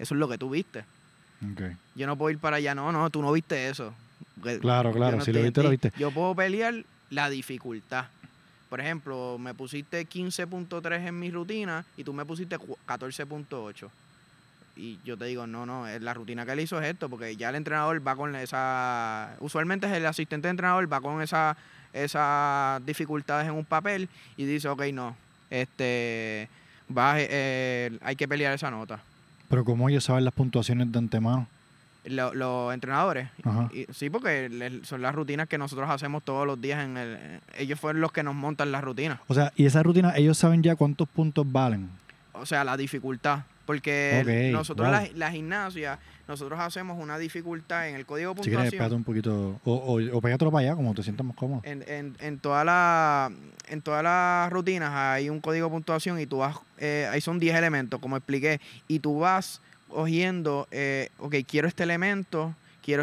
eso es lo que tú viste. Okay. Yo no puedo ir para allá, no, tú no viste eso. Claro, No si lo viste, lo viste. Yo puedo pelear la dificultad. Por ejemplo, me pusiste 15.3 en mi rutina y tú me pusiste 14.8. Y yo te digo, no, la rutina que él hizo es esto, porque ya el entrenador va con esa... Usualmente es el asistente de entrenador, va con esas dificultades en un papel y dice, ok, no, hay que pelear esa nota. Pero ¿cómo ellos saben las puntuaciones de antemano? Los entrenadores, Ajá. sí, porque son las rutinas que nosotros hacemos todos los días. Ellos fueron los que nos montan las rutinas. O sea, y esa rutina, ellos saben ya cuántos puntos valen. O sea, la dificultad. Porque nosotros wow. la gimnasia, nosotros hacemos una dificultad en el código de Si puntuación. quieres, pégate un poquito, o pégatelo para allá, como te sientas más cómodo. En todas las rutinas hay un código de puntuación y tú vas, ahí son 10 elementos, como expliqué, y tú vas cogiendo, ok, quiero este elemento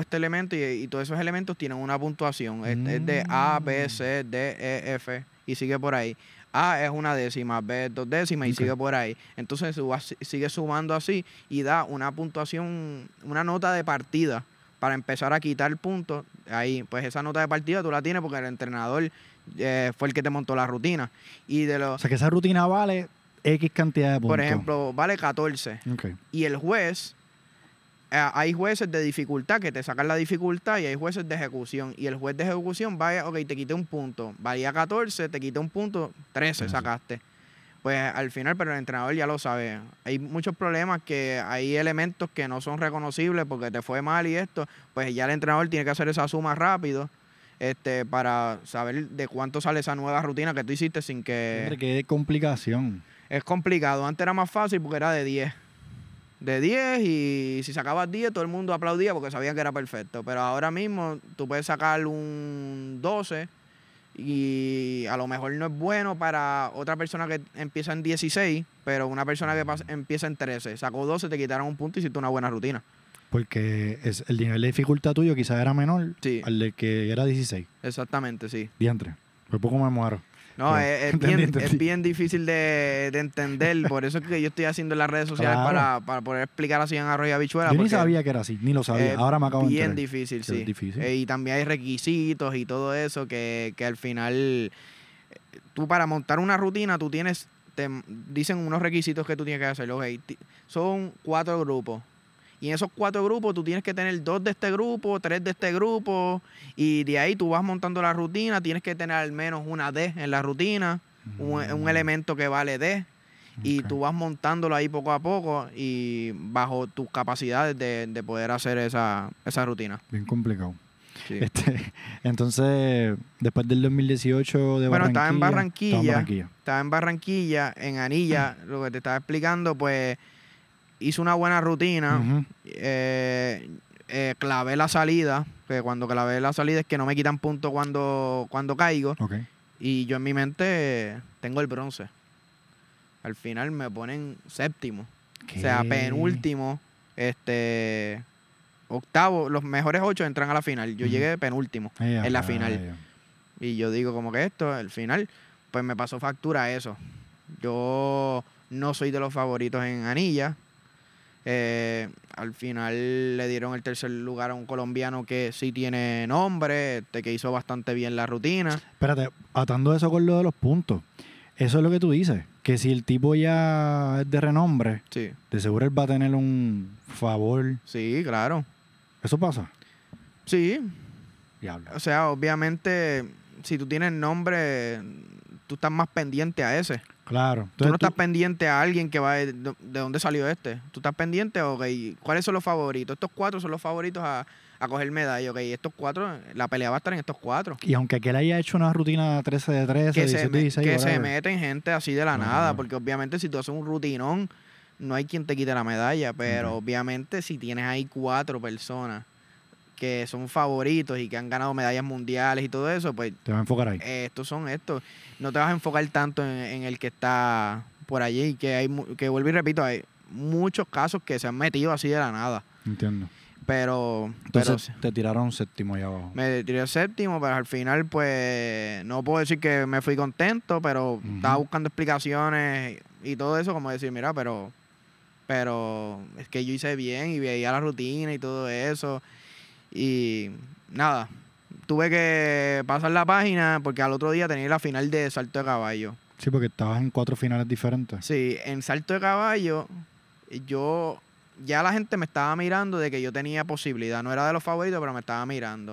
y todos esos elementos tienen una puntuación. Es de A, B, C, D, E, F y sigue por ahí. A es 1 décima, B es 2 décimas y sigue por ahí. Entonces sigue sumando así y da una puntuación, una nota de partida para empezar a quitar puntos. Ahí, pues esa nota de partida tú la tienes porque el entrenador fue el que te montó la rutina. O sea, que esa rutina vale X cantidad de puntos. Por ejemplo, vale 14. Okay. Y el juez, hay jueces de dificultad que te sacan la dificultad y hay jueces de ejecución. Y el juez de ejecución vaya, ok, te quité un punto. Valía 14, te quité un punto, 13 sacaste. Pues al final, pero el entrenador ya lo sabe. Hay muchos problemas que hay elementos que no son reconocibles porque te fue mal y esto. Pues ya el entrenador tiene que hacer esa suma rápido para saber de cuánto sale esa nueva rutina que tú hiciste sin que... Hombre, qué complicación. Es complicado. Antes era más fácil porque era de 10. De 10 y si sacabas 10 todo el mundo aplaudía porque sabían que era perfecto. Pero ahora mismo tú puedes sacar un 12 y a lo mejor no es bueno para otra persona que empieza en 16, pero una persona que empieza en 13. Sacó 12, te quitaron un punto y hiciste una buena rutina. Porque el nivel de dificultad tuyo quizás era menor al de que era 16. Exactamente, sí. Diantre. Por poco me muero. No, es bien difícil de entender. Por eso es que yo estoy haciendo en las redes sociales para poder explicar así en arroz y habichuela. Yo ni sabía que era así, ni lo sabía. Ahora me acabo de enterar. Bien difícil, sí. Es difícil. Y también hay requisitos y todo eso que al final, tú para montar una rutina, te dicen unos requisitos que tú tienes que hacer. Okay, son 4 grupos. Y en esos 4 grupos tú tienes que tener 2 de este grupo, 3 de este grupo, y de ahí tú vas montando la rutina, tienes que tener al menos una D en la rutina, un elemento que vale D, y tú vas montándolo ahí poco a poco y bajo tus capacidades de poder hacer esa rutina. Bien complicado. Sí. Entonces, después del 2018 de Barranquilla... Estaba en Barranquilla, en Anilla, lo que te estaba explicando, pues... Hice una buena rutina, clavé la salida, que cuando clavé la salida es que no me quitan puntos cuando caigo. Okay. Y yo en mi mente tengo el bronce. Al final me ponen séptimo. ¿Qué? O sea, penúltimo, octavo, los mejores 8 entran a la final. Yo llegué penúltimo en la final. Y yo digo como que al final, pues me pasó factura eso. Yo no soy de los favoritos en Anilla. Al final le dieron el tercer lugar a un colombiano que sí tiene nombre, que hizo bastante bien la rutina. Espérate, atando eso con lo de los puntos, eso es lo que tú dices, que si el tipo ya es de renombre, sí, de seguro él va a tener un favor. Sí, claro. ¿Eso pasa? Sí. Diablo. O sea, obviamente, si tú tienes nombre, tú estás más pendiente a ese. Claro. Entonces, tú no estás pendiente a alguien que va de dónde salió este. Tú estás pendiente, ok, ¿cuáles son los favoritos? Estos 4 son los favoritos a coger medalla, ok. Estos 4, la pelea va a estar en estos 4. Y aunque aquel haya hecho una rutina 13 de 13, 17 de 16, que se meten gente así de la nada, porque obviamente si tú haces un rutinón, no hay quien te quite la medalla, pero obviamente si tienes ahí 4 personas que son favoritos y que han ganado medallas mundiales y todo eso, pues... Te vas a enfocar ahí. Estos. No te vas a enfocar tanto en el que está por allí, que vuelvo y repito, hay muchos casos que se han metido así de la nada. Entiendo. Entonces, te tiraron séptimo allá abajo. Me tiré séptimo, pero al final, pues, no puedo decir que me fui contento, pero estaba buscando explicaciones y todo eso, como decir, mira, pero Pero es que yo hice bien y veía la rutina y todo eso. Y nada, tuve que pasar la página porque al otro día tenía la final de salto de caballo. Sí, porque estabas en 4 finales diferentes. Sí, en salto de caballo, ya la gente me estaba mirando de que yo tenía posibilidad. No era de los favoritos, pero me estaba mirando.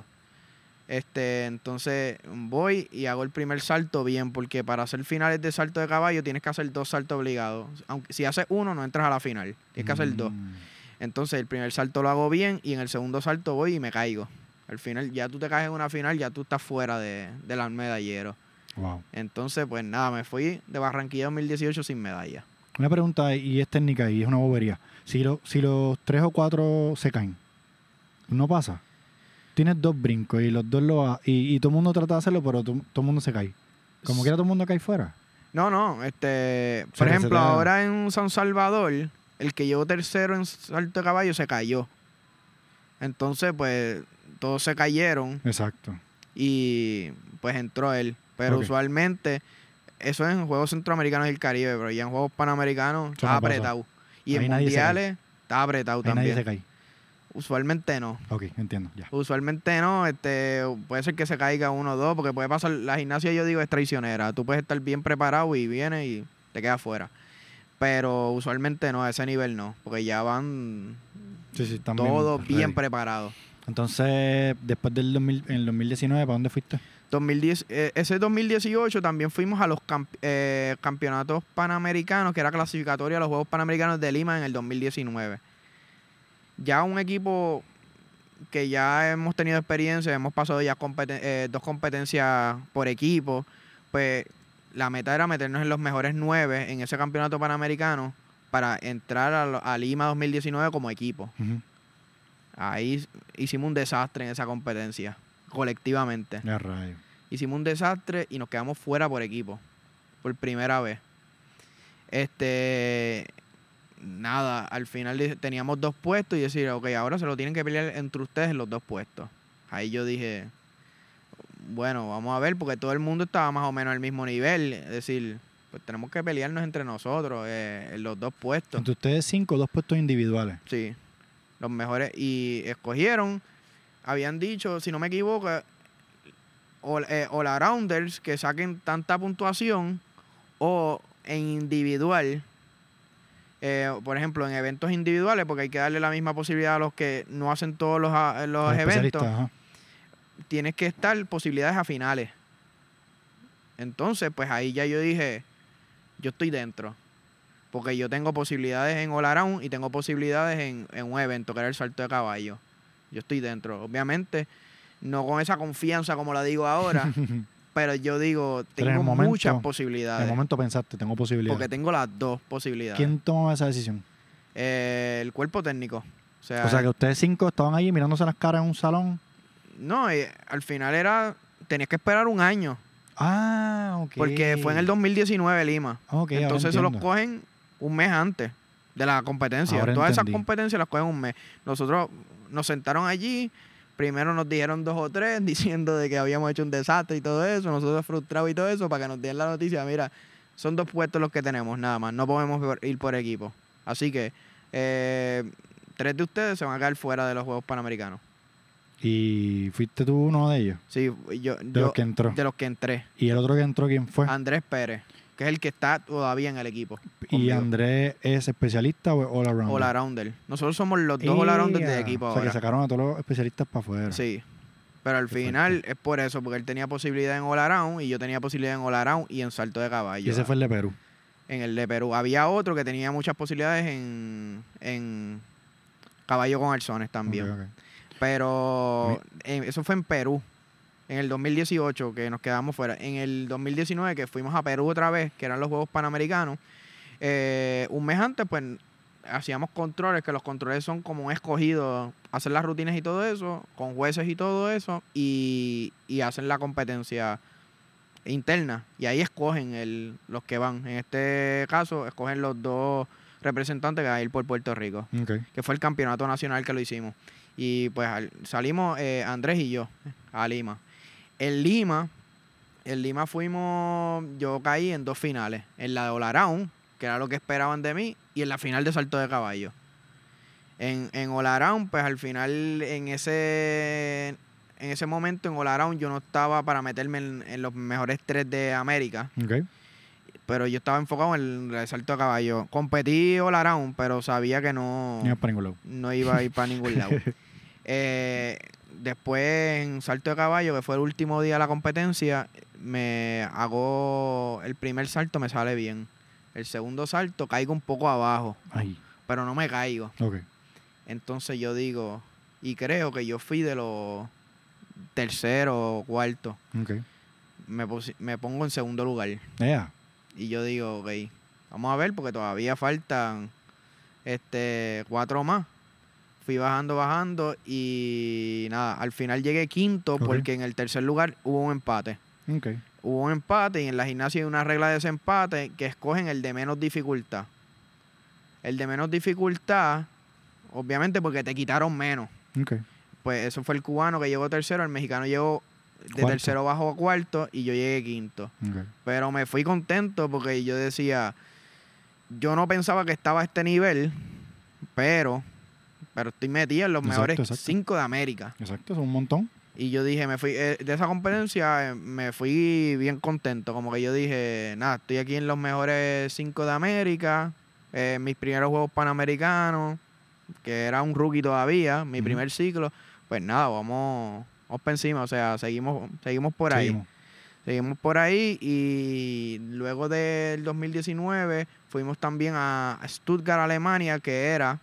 Entonces voy y hago el primer salto bien, porque para hacer finales de salto de caballo tienes que hacer 2 saltos obligados. Aunque si haces uno, no entras a la final. Tienes que hacer 2. Entonces el primer salto lo hago bien y en el segundo salto voy y me caigo. Al final, ya tú te caes en una final, ya tú estás fuera del medallero. Wow. Entonces, pues nada, me fui de Barranquilla 2018 sin medalla. Una pregunta, y es técnica y es una bobería. Si los 3 o 4 se caen, ¿no pasa? Tienes 2 brincos y los 2 y todo el mundo trata de hacerlo, pero todo el mundo se cae. Como quiera todo el mundo cae fuera. No, por ejemplo, ahora en San Salvador, el que llegó tercero en salto de caballo se cayó. Entonces, pues, todos se cayeron. Exacto. Y pues entró él. Pero usualmente, eso es en Juegos Centroamericanos y el Caribe, pero ya en Juegos Panamericanos está apretado. Y en Mundiales está apretado también. Nadie se cae. Usualmente no. Ok, entiendo, ya. Usualmente no, puede ser que se caiga 1 o 2, porque puede pasar, la gimnasia yo digo es traicionera. Tú puedes estar bien preparado y vienes y te quedas fuera. Pero usualmente no, a ese nivel no, porque ya van todos bien preparados. Entonces, después del 2019, ¿para dónde fuiste? Ese 2018 también fuimos a los campeonatos panamericanos, que era clasificatoria a los Juegos Panamericanos de Lima en el 2019. Ya un equipo que ya hemos tenido experiencia, hemos pasado ya 2 competencias por equipo, pues la meta era meternos en los mejores 9 en ese campeonato panamericano para entrar a Lima 2019 como equipo. Uh-huh. Ahí hicimos un desastre en esa competencia, colectivamente. Ya rayo. Hicimos un desastre y nos quedamos fuera por equipo, por primera vez. Nada, al final teníamos 2 puestos y decir, ok, ahora se lo tienen que pelear entre ustedes los 2 puestos. Ahí yo dije, bueno, vamos a ver, porque todo el mundo estaba más o menos al mismo nivel. Es decir, pues tenemos que pelearnos entre nosotros en los 2 puestos. Entre ustedes 5, 2 puestos individuales. Sí, los mejores. Y escogieron, habían dicho, si no me equivoco, all-arounders que saquen tanta puntuación o en individual. Por ejemplo, en eventos individuales, porque hay que darle la misma posibilidad a los que no hacen todos los eventos. Ajá. Tienes que estar posibilidades a finales. Entonces, pues ahí ya yo dije, yo estoy dentro. Porque yo tengo posibilidades en all around y tengo posibilidades en un evento, que era el salto de caballo. Yo estoy dentro. Obviamente, no con esa confianza como la digo ahora, pero yo digo, tengo muchas posibilidades. En el momento pensaste, tengo posibilidades. Porque tengo las 2 posibilidades. ¿Quién tomó esa decisión? El cuerpo técnico. O sea que ustedes 5 estaban ahí mirándose las caras en un salón. No, al final tenías que esperar 1 año. Ah, ok. Porque fue en el 2019 Lima. Okay, entonces se los cogen 1 mes antes de la competencia. Ahora Todas entendí. esas competencias las cogen 1 mes. Nosotros nos sentaron allí. Primero nos dijeron 2 o 3 diciendo de que habíamos hecho un desastre y todo eso. Nosotros frustrados y todo eso para que nos dieran la noticia. Mira, son 2 puestos los que tenemos nada más. No podemos ir por equipo. Así que 3 de ustedes se van a quedar fuera de los Juegos Panamericanos. ¿Y fuiste tú uno de ellos? Sí, de los que entró. De los que entré. ¿Y el otro que entró quién fue? Andrés Pérez, que es el que está todavía en el equipo. ¿Y conmigo. Andrés es especialista o all-arounder? All-arounder. Nosotros somos los 2 all-arounders del equipo ahora. O sea, que sacaron a todos los especialistas para afuera. Sí. Pero al final es por eso, porque él tenía posibilidad en all-around y yo tenía posibilidad en all-around y en salto de caballo. Y ese fue el de Perú. En el de Perú. Había otro que tenía muchas posibilidades en caballo con alzones también. Okay. Pero eso fue en Perú, en el 2018, que nos quedamos fuera. En el 2019, que fuimos a Perú otra vez, que eran los Juegos Panamericanos, 1 mes antes, pues, hacíamos controles, que los controles son como un escogido, hacer las rutinas y todo eso, con jueces y todo eso, y hacen la competencia interna. Y ahí escogen los que van. En este caso, escogen los 2 representantes que van a ir por Puerto Rico, que fue el campeonato nacional que lo hicimos. Y pues salimos Andrés y yo a Lima. En Lima fuimos, yo caí en 2 finales. En la de all around, que era lo que esperaban de mí, y en la final de salto de caballo. En All Around, pues al final, en ese momento en All Around, yo no estaba para meterme en los mejores 3 de América. Okay. Pero yo estaba enfocado en el salto de caballo. Competí All Around, pero sabía que no iba a ir para ningún lado. Después, en salto de caballo, que fue el último día de la competencia, el primer salto me sale bien. El segundo salto caigo un poco abajo. Ay. Pero no me caigo. Okay. Entonces yo digo, y creo que yo fui de los tercero o cuarto. Okay. Me pongo en segundo lugar. Yeah. Y yo digo, ok, vamos a ver porque todavía faltan 4 más. Fui bajando y nada, al final llegué quinto porque en el tercer lugar hubo un empate. Okay. Hubo un empate y en la gimnasia hay una regla de desempate que escogen el de menos dificultad. El de menos dificultad, obviamente porque te quitaron menos. Okay. Pues eso fue el cubano que llegó tercero, el mexicano llegó de tercero bajo a cuarto y yo llegué quinto. Okay. Pero me fui contento porque yo decía, yo no pensaba que estaba a este nivel, pero estoy metido en los mejores 5 de América. Exacto, es un montón. Y yo dije, me fui de esa competencia, me fui bien contento. Como que yo dije, nada, estoy aquí en los mejores 5 de América, mis primeros Juegos Panamericanos, que era un rookie todavía, mi primer ciclo. Pues nada, vamos para encima, o sea, seguimos por ahí. Seguimos por ahí y luego del 2019 fuimos también a Stuttgart, Alemania, que era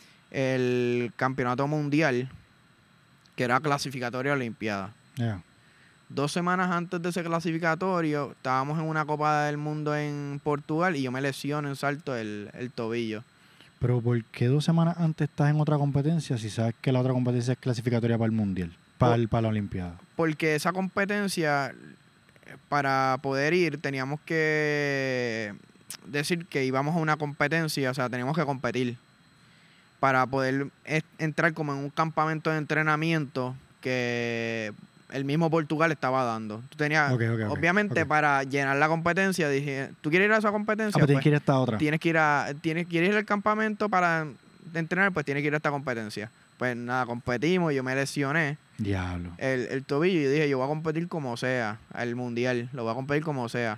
el campeonato mundial, que era clasificatorio a Olimpiada. Yeah. 2 semanas antes de ese clasificatorio, estábamos en una Copa del Mundo en Portugal y yo me lesiono en salto el tobillo. Pero ¿por qué 2 semanas antes estás en otra competencia si sabes que la otra competencia es clasificatoria para el Mundial, para la Olimpiada? Porque esa competencia, para poder ir, teníamos que decir que íbamos a una competencia, o sea, teníamos que competir para poder entrar como en un campamento de entrenamiento que el mismo Portugal estaba dando. Tú tenías, obviamente, para llenar la competencia, dije, ¿tú quieres ir a esa competencia? Pero tienes que ir a esta otra. ¿Quieres ir al campamento para entrenar? Pues tienes que ir a esta competencia. Pues nada, competimos, yo me lesioné. Diablo. El tobillo y dije, yo voy a competir como sea, al mundial, lo voy a competir como sea.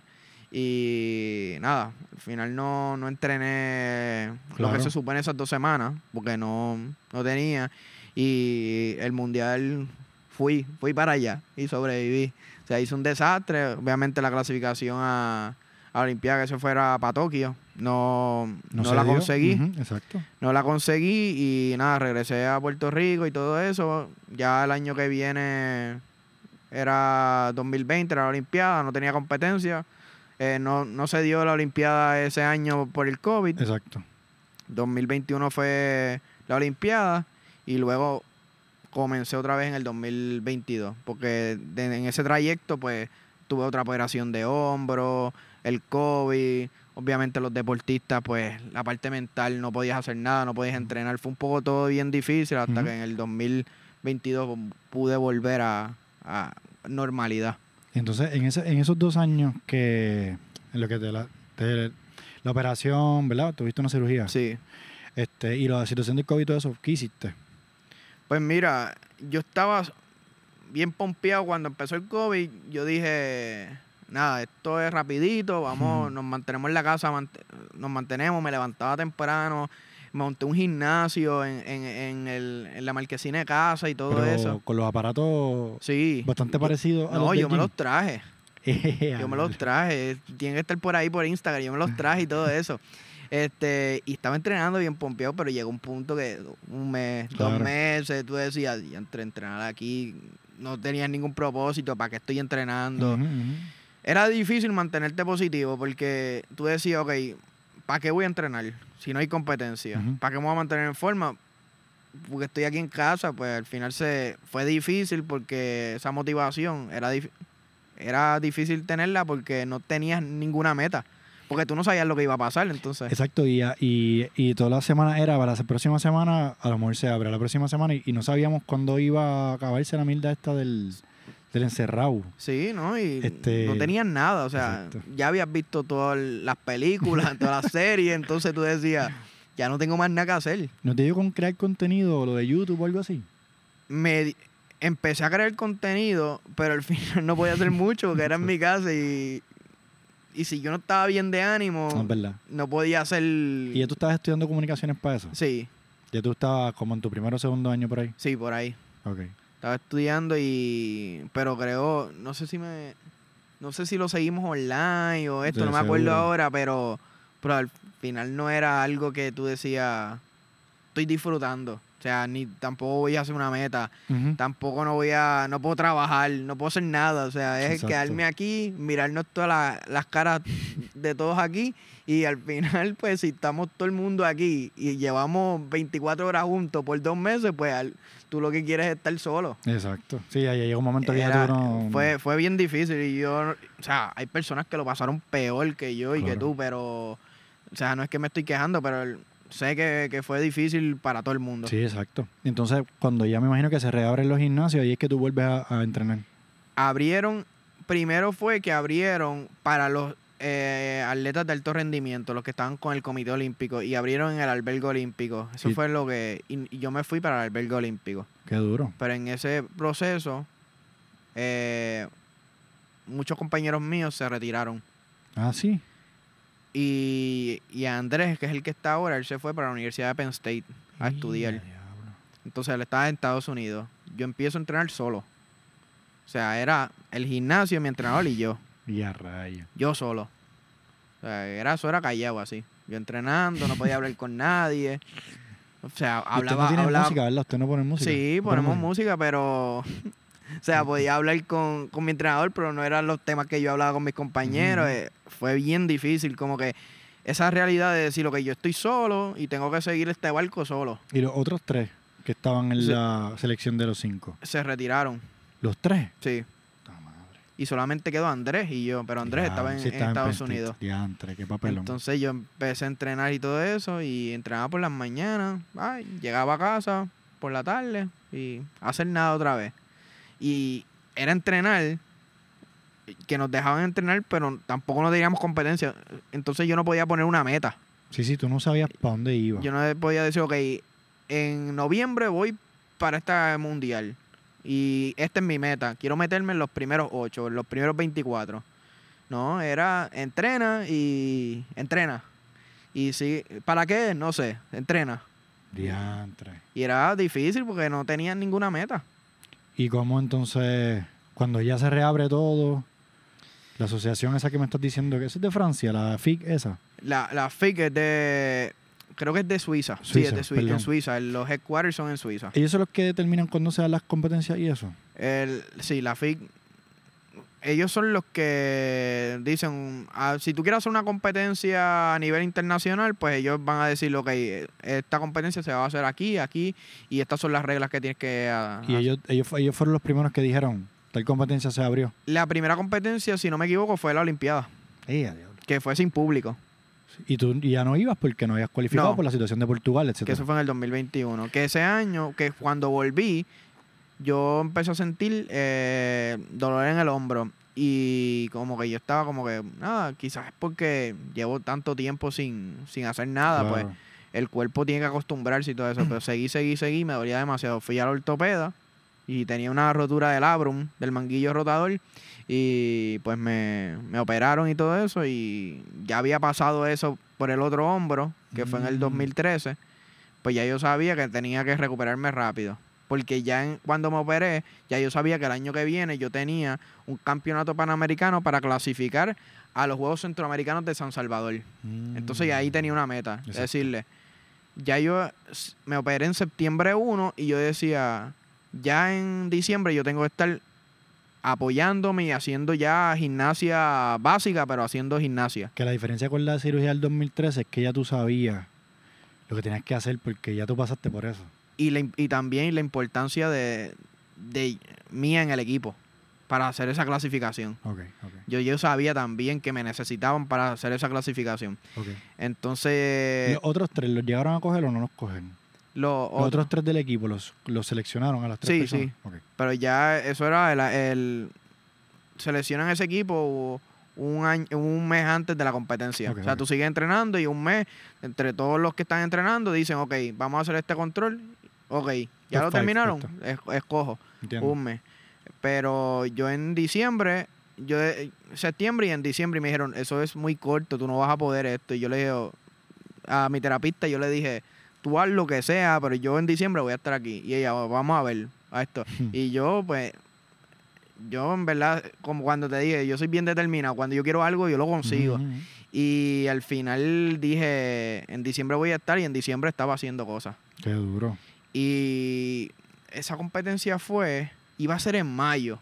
Y nada, al final no entrené lo que se supone esas 2 semanas, porque no tenía. Y el mundial fui para allá y sobreviví. O sea, hizo un desastre. Obviamente la clasificación a la Olimpiada que se fuera para Tokio, no la conseguí. Exacto. No la conseguí y nada, regresé a Puerto Rico y todo eso. Ya el año que viene era 2020, era la Olimpiada, no tenía competencia. No se dio la Olimpiada ese año por el COVID. Exacto. 2021 fue la Olimpiada y luego comencé otra vez en el 2022 porque en ese trayecto pues tuve otra operación de hombro, el COVID, obviamente los deportistas pues la parte mental no podías hacer nada, no podías entrenar, fue un poco todo bien difícil hasta que en el 2022 pude volver a normalidad. Entonces, en esos 2 años en lo que la operación, ¿verdad? Tuviste una cirugía. Sí. Y la situación del COVID y todo eso, ¿qué hiciste? Pues mira, yo estaba bien pompeado cuando empezó el COVID. Yo dije, nada, esto es rapidito, vamos, nos mantenemos en la casa, nos mantenemos, me levantaba temprano, monté un gimnasio en la marquesina de casa y todo eso. Con los aparatos bastante parecidos a los yo me los traje. Yo me los traje. Tienen que estar por ahí por Instagram. Yo me los traje y todo eso. Y estaba entrenando bien pompeado, pero llegó un punto que 1 mes, 2 meses, tú decías, ya entrenar aquí no tenías ningún propósito, ¿para qué estoy entrenando? Era difícil mantenerte positivo porque tú decías, ok, ¿para qué voy a entrenar si no hay competencia? ¿Para qué me voy a mantener en forma? Porque estoy aquí en casa, pues al final fue difícil porque esa motivación era difícil tenerla porque no tenías ninguna meta. Porque tú no sabías lo que iba a pasar, entonces. Exacto, y toda la semana era para la próxima semana, a lo mejor se abre la próxima semana y no sabíamos cuándo iba a acabarse la mierda esta del del encerrado. Sí, ¿no? Y no tenían nada, o sea, exacto. ya habías visto todas las películas, todas las series, entonces tú decías, ya no tengo más nada que hacer. ¿No te dio con crear contenido o lo de YouTube o algo así? Empecé a crear contenido, pero al final no podía hacer mucho porque era en mi casa y si yo no estaba bien de ánimo, No, es verdad. no podía hacer... ¿Y ya tú estabas estudiando comunicaciones para eso? Sí, Ya tú estabas como en tu primero o segundo año por ahí. sí, por ahí. Ok. Estaba estudiando pero creo, no sé si lo seguimos online o esto, De no me acuerdo seguro. ahora, pero al final no era algo que tú decías, estoy disfrutando. O sea, ni tampoco voy a hacer una meta, Ujú. tampoco no puedo trabajar, no puedo hacer nada. O sea, es Exacto. quedarme aquí, mirarnos todas las caras de todos aquí y al final, pues, si estamos todo el mundo aquí y llevamos 24 horas juntos por 2 meses, pues tú lo que quieres es estar solo. Exacto. Sí, ahí llega un momento que ya tú no... Fue bien difícil y o sea, hay personas que lo pasaron peor que yo y que Claro. tú, pero, o sea, no es que me estoy quejando, pero sé que fue difícil para todo el mundo. Sí, exacto. Entonces, cuando ya me imagino que se reabren los gimnasios, ahí es que tú vuelves a entrenar. Primero fue que abrieron para los atletas de alto rendimiento, los que estaban con el Comité Olímpico, y abrieron en el albergue olímpico. Eso Sí. fue lo que... Y yo me fui para el albergue olímpico. Qué duro. Pero en ese proceso, muchos compañeros míos se retiraron. Ah, sí. Y Andrés, que es el que está ahora, él se fue para la Universidad de Penn State a estudiar. Diablo. Entonces él estaba en Estados Unidos. Yo empiezo a entrenar solo. O sea, era el gimnasio, mi entrenador y yo. Y a raya. Yo solo. O sea, eso era callado así. Yo entrenando, no podía hablar con nadie. O sea, Usted no tiene hablaba. música, ¿verdad? Usted no pone música. Sí, ¿No pone ponemos música, pero... O sea, podía hablar con mi entrenador, pero no eran los temas que yo hablaba con mis compañeros. Ujú. Fue bien difícil, como que esa realidad de decir, que yo estoy solo y tengo que seguir este barco solo. Y los otros 3 que estaban en Sí. la selección de los 5. Se retiraron, ¿Los 3? sí. ¡Ta madre! Y solamente quedó Andrés y yo, pero Andrés estaba en, Sí, en estaba Estados Penn State. Unidos. Diantre, qué papelón. Entonces yo empecé a entrenar y todo eso y entrenaba por las mañanas, llegaba a casa por la tarde y hacer nada otra vez. Y era entrenar, que nos dejaban entrenar, pero tampoco no teníamos competencia. Entonces yo no podía poner una meta. Sí, tú no sabías para dónde iba. Yo no podía decir, ok, en noviembre voy para esta mundial y esta es mi meta. Quiero meterme en los primeros 8, en los primeros 24. No, era entrena. Y sí, ¿para qué? No sé, entrena. Diantre. Y era difícil porque no tenían ninguna meta. ¿Y cómo entonces, cuando ya se reabre todo, la asociación esa que me estás diciendo, que esa es de Francia, la FIC esa? La FIC es de... Creo que es de Suiza. Sí, es de Suiza. Perdón. En Suiza. Los headquarters son en Suiza. ¿Ellos son los que determinan cuándo se dan las competencias y eso? Sí, la FIC... Ellos son los que dicen, si tú quieres hacer una competencia a nivel internacional, pues ellos van a decir, ok, esta competencia se va a hacer aquí, y estas son las reglas que tienes que... Y ellos fueron los primeros que dijeron, tal competencia se abrió. La primera competencia, si no me equivoco, fue la Olimpiada, que fue sin público. Y tú ya no ibas porque no habías cualificado No. por la situación de Portugal, etc. Que eso fue en el 2021. Que ese año, que cuando volví, yo empecé a sentir dolor en el hombro. Y como que yo estaba como que, nada, quizás es porque llevo tanto tiempo sin hacer nada, Claro. pues el cuerpo tiene que acostumbrarse y todo eso. Pero seguí, me dolía demasiado. Fui al ortopeda y tenía una rotura del labrum, del manguillo rotador. Y pues me operaron y todo eso. Y ya había pasado eso por el otro hombro, que fue en el 2013. Pues ya yo sabía que tenía que recuperarme rápido. Porque ya cuando me operé, ya yo sabía que el año que viene yo tenía un campeonato panamericano para clasificar a los Juegos Centroamericanos de San Salvador. Entonces ya ahí tenía una meta. Exacto. Es decirle, ya yo me operé en septiembre 1 y yo decía, ya en diciembre yo tengo que estar apoyándome y haciendo ya gimnasia básica, pero haciendo gimnasia. Que la diferencia con la cirugía del 2013 es que ya tú sabías lo que tenías que hacer porque ya tú pasaste por eso. Y también la importancia de mía en el equipo para hacer esa clasificación. Ok. Yo sabía también que me necesitaban para hacer esa clasificación. Ok. Entonces, ¿Los otros 3 los llegaron a coger o no los cogen? Los Los otros 3 del equipo los seleccionaron a las 3 Sí, personas. sí. Okay. Pero ya eso era seleccionan ese equipo un mes antes de la competencia. Okay, o sea, okay. tú sigues entrenando y un mes, entre todos los que están entrenando, dicen, ok, vamos a hacer este control. Ok, ya Top lo 5, terminaron, perfecto. escojo Entiendo. un mes. Pero yo en diciembre, septiembre y en diciembre me dijeron, eso es muy corto, tú no vas a poder esto. Y yo le dije a mi terapista, yo le dije, tú haz lo que sea, pero yo en diciembre voy a estar aquí. Y ella, vamos a ver a esto. Y yo, pues, yo en verdad, como cuando te dije, yo soy bien determinado. Cuando yo quiero algo, yo lo consigo. Ujú. Y al final dije, en diciembre voy a estar, y en diciembre estaba haciendo cosas. Qué duro. Y esa competencia iba a ser en mayo.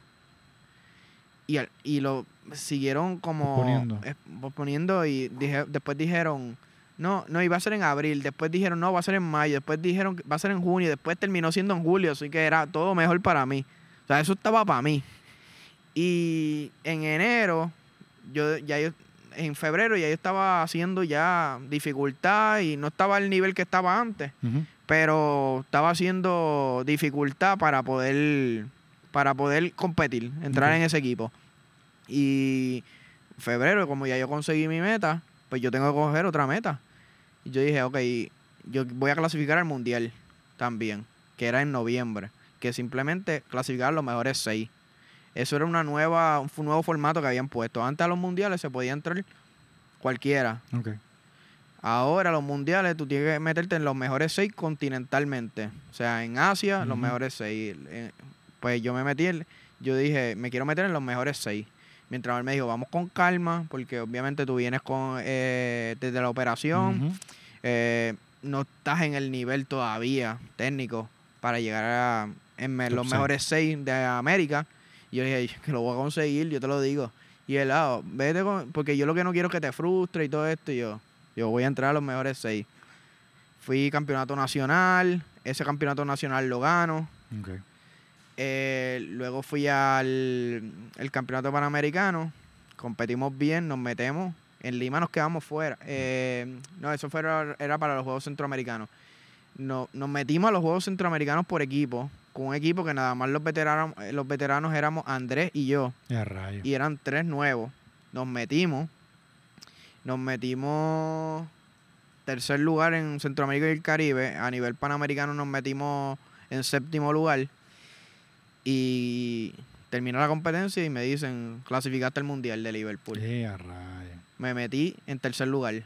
Y lo siguieron como posponiendo y después dijeron, no, iba a ser en abril. Después dijeron, no, va a ser en mayo. Después dijeron, va a ser en junio. Después terminó siendo en julio, así que era todo mejor para mí. O sea, eso estaba para mí. Y en enero, en febrero ya yo estaba haciendo ya dificultad y no estaba al nivel que estaba antes, Ujú. pero estaba haciendo dificultad para poder competir, entrar en ese equipo. Y en febrero, como ya yo conseguí mi meta, pues yo tengo que coger otra meta. Y yo dije, ok, yo voy a clasificar al mundial también, que era en noviembre, que simplemente clasificar los mejores 6. Eso era un nuevo formato que habían puesto. Antes a los mundiales se podía entrar cualquiera. Okay. Ahora a los mundiales tú tienes que meterte en los mejores 6 continentalmente. O sea, en Asia, los mejores 6. Pues yo me metí, yo dije, me quiero meter en los mejores 6. Mientras él me dijo, vamos con calma, porque obviamente tú vienes desde la operación. No estás en el nivel todavía técnico para llegar a los mejores 6 de América. Y yo dije, que lo voy a conseguir, yo te lo digo. Y él, vete porque yo lo que no quiero es que te frustre y todo esto. Y yo voy a entrar a los mejores 6. Fui campeonato nacional, ese campeonato nacional lo gano. Okay. Luego fui al campeonato panamericano, competimos bien, nos metemos. En Lima nos quedamos fuera. No, eso era para los Juegos Centroamericanos. Nos metimos a los Juegos Centroamericanos por equipo, con un equipo que nada más los veteranos éramos Andrés y yo. Y eran 3 nuevos. Nos metimos tercer lugar en Centroamérica y el Caribe. A nivel panamericano nos metimos en 7º lugar. Y terminó la competencia y me dicen, clasificaste al Mundial de Liverpool. Me metí en 3er lugar.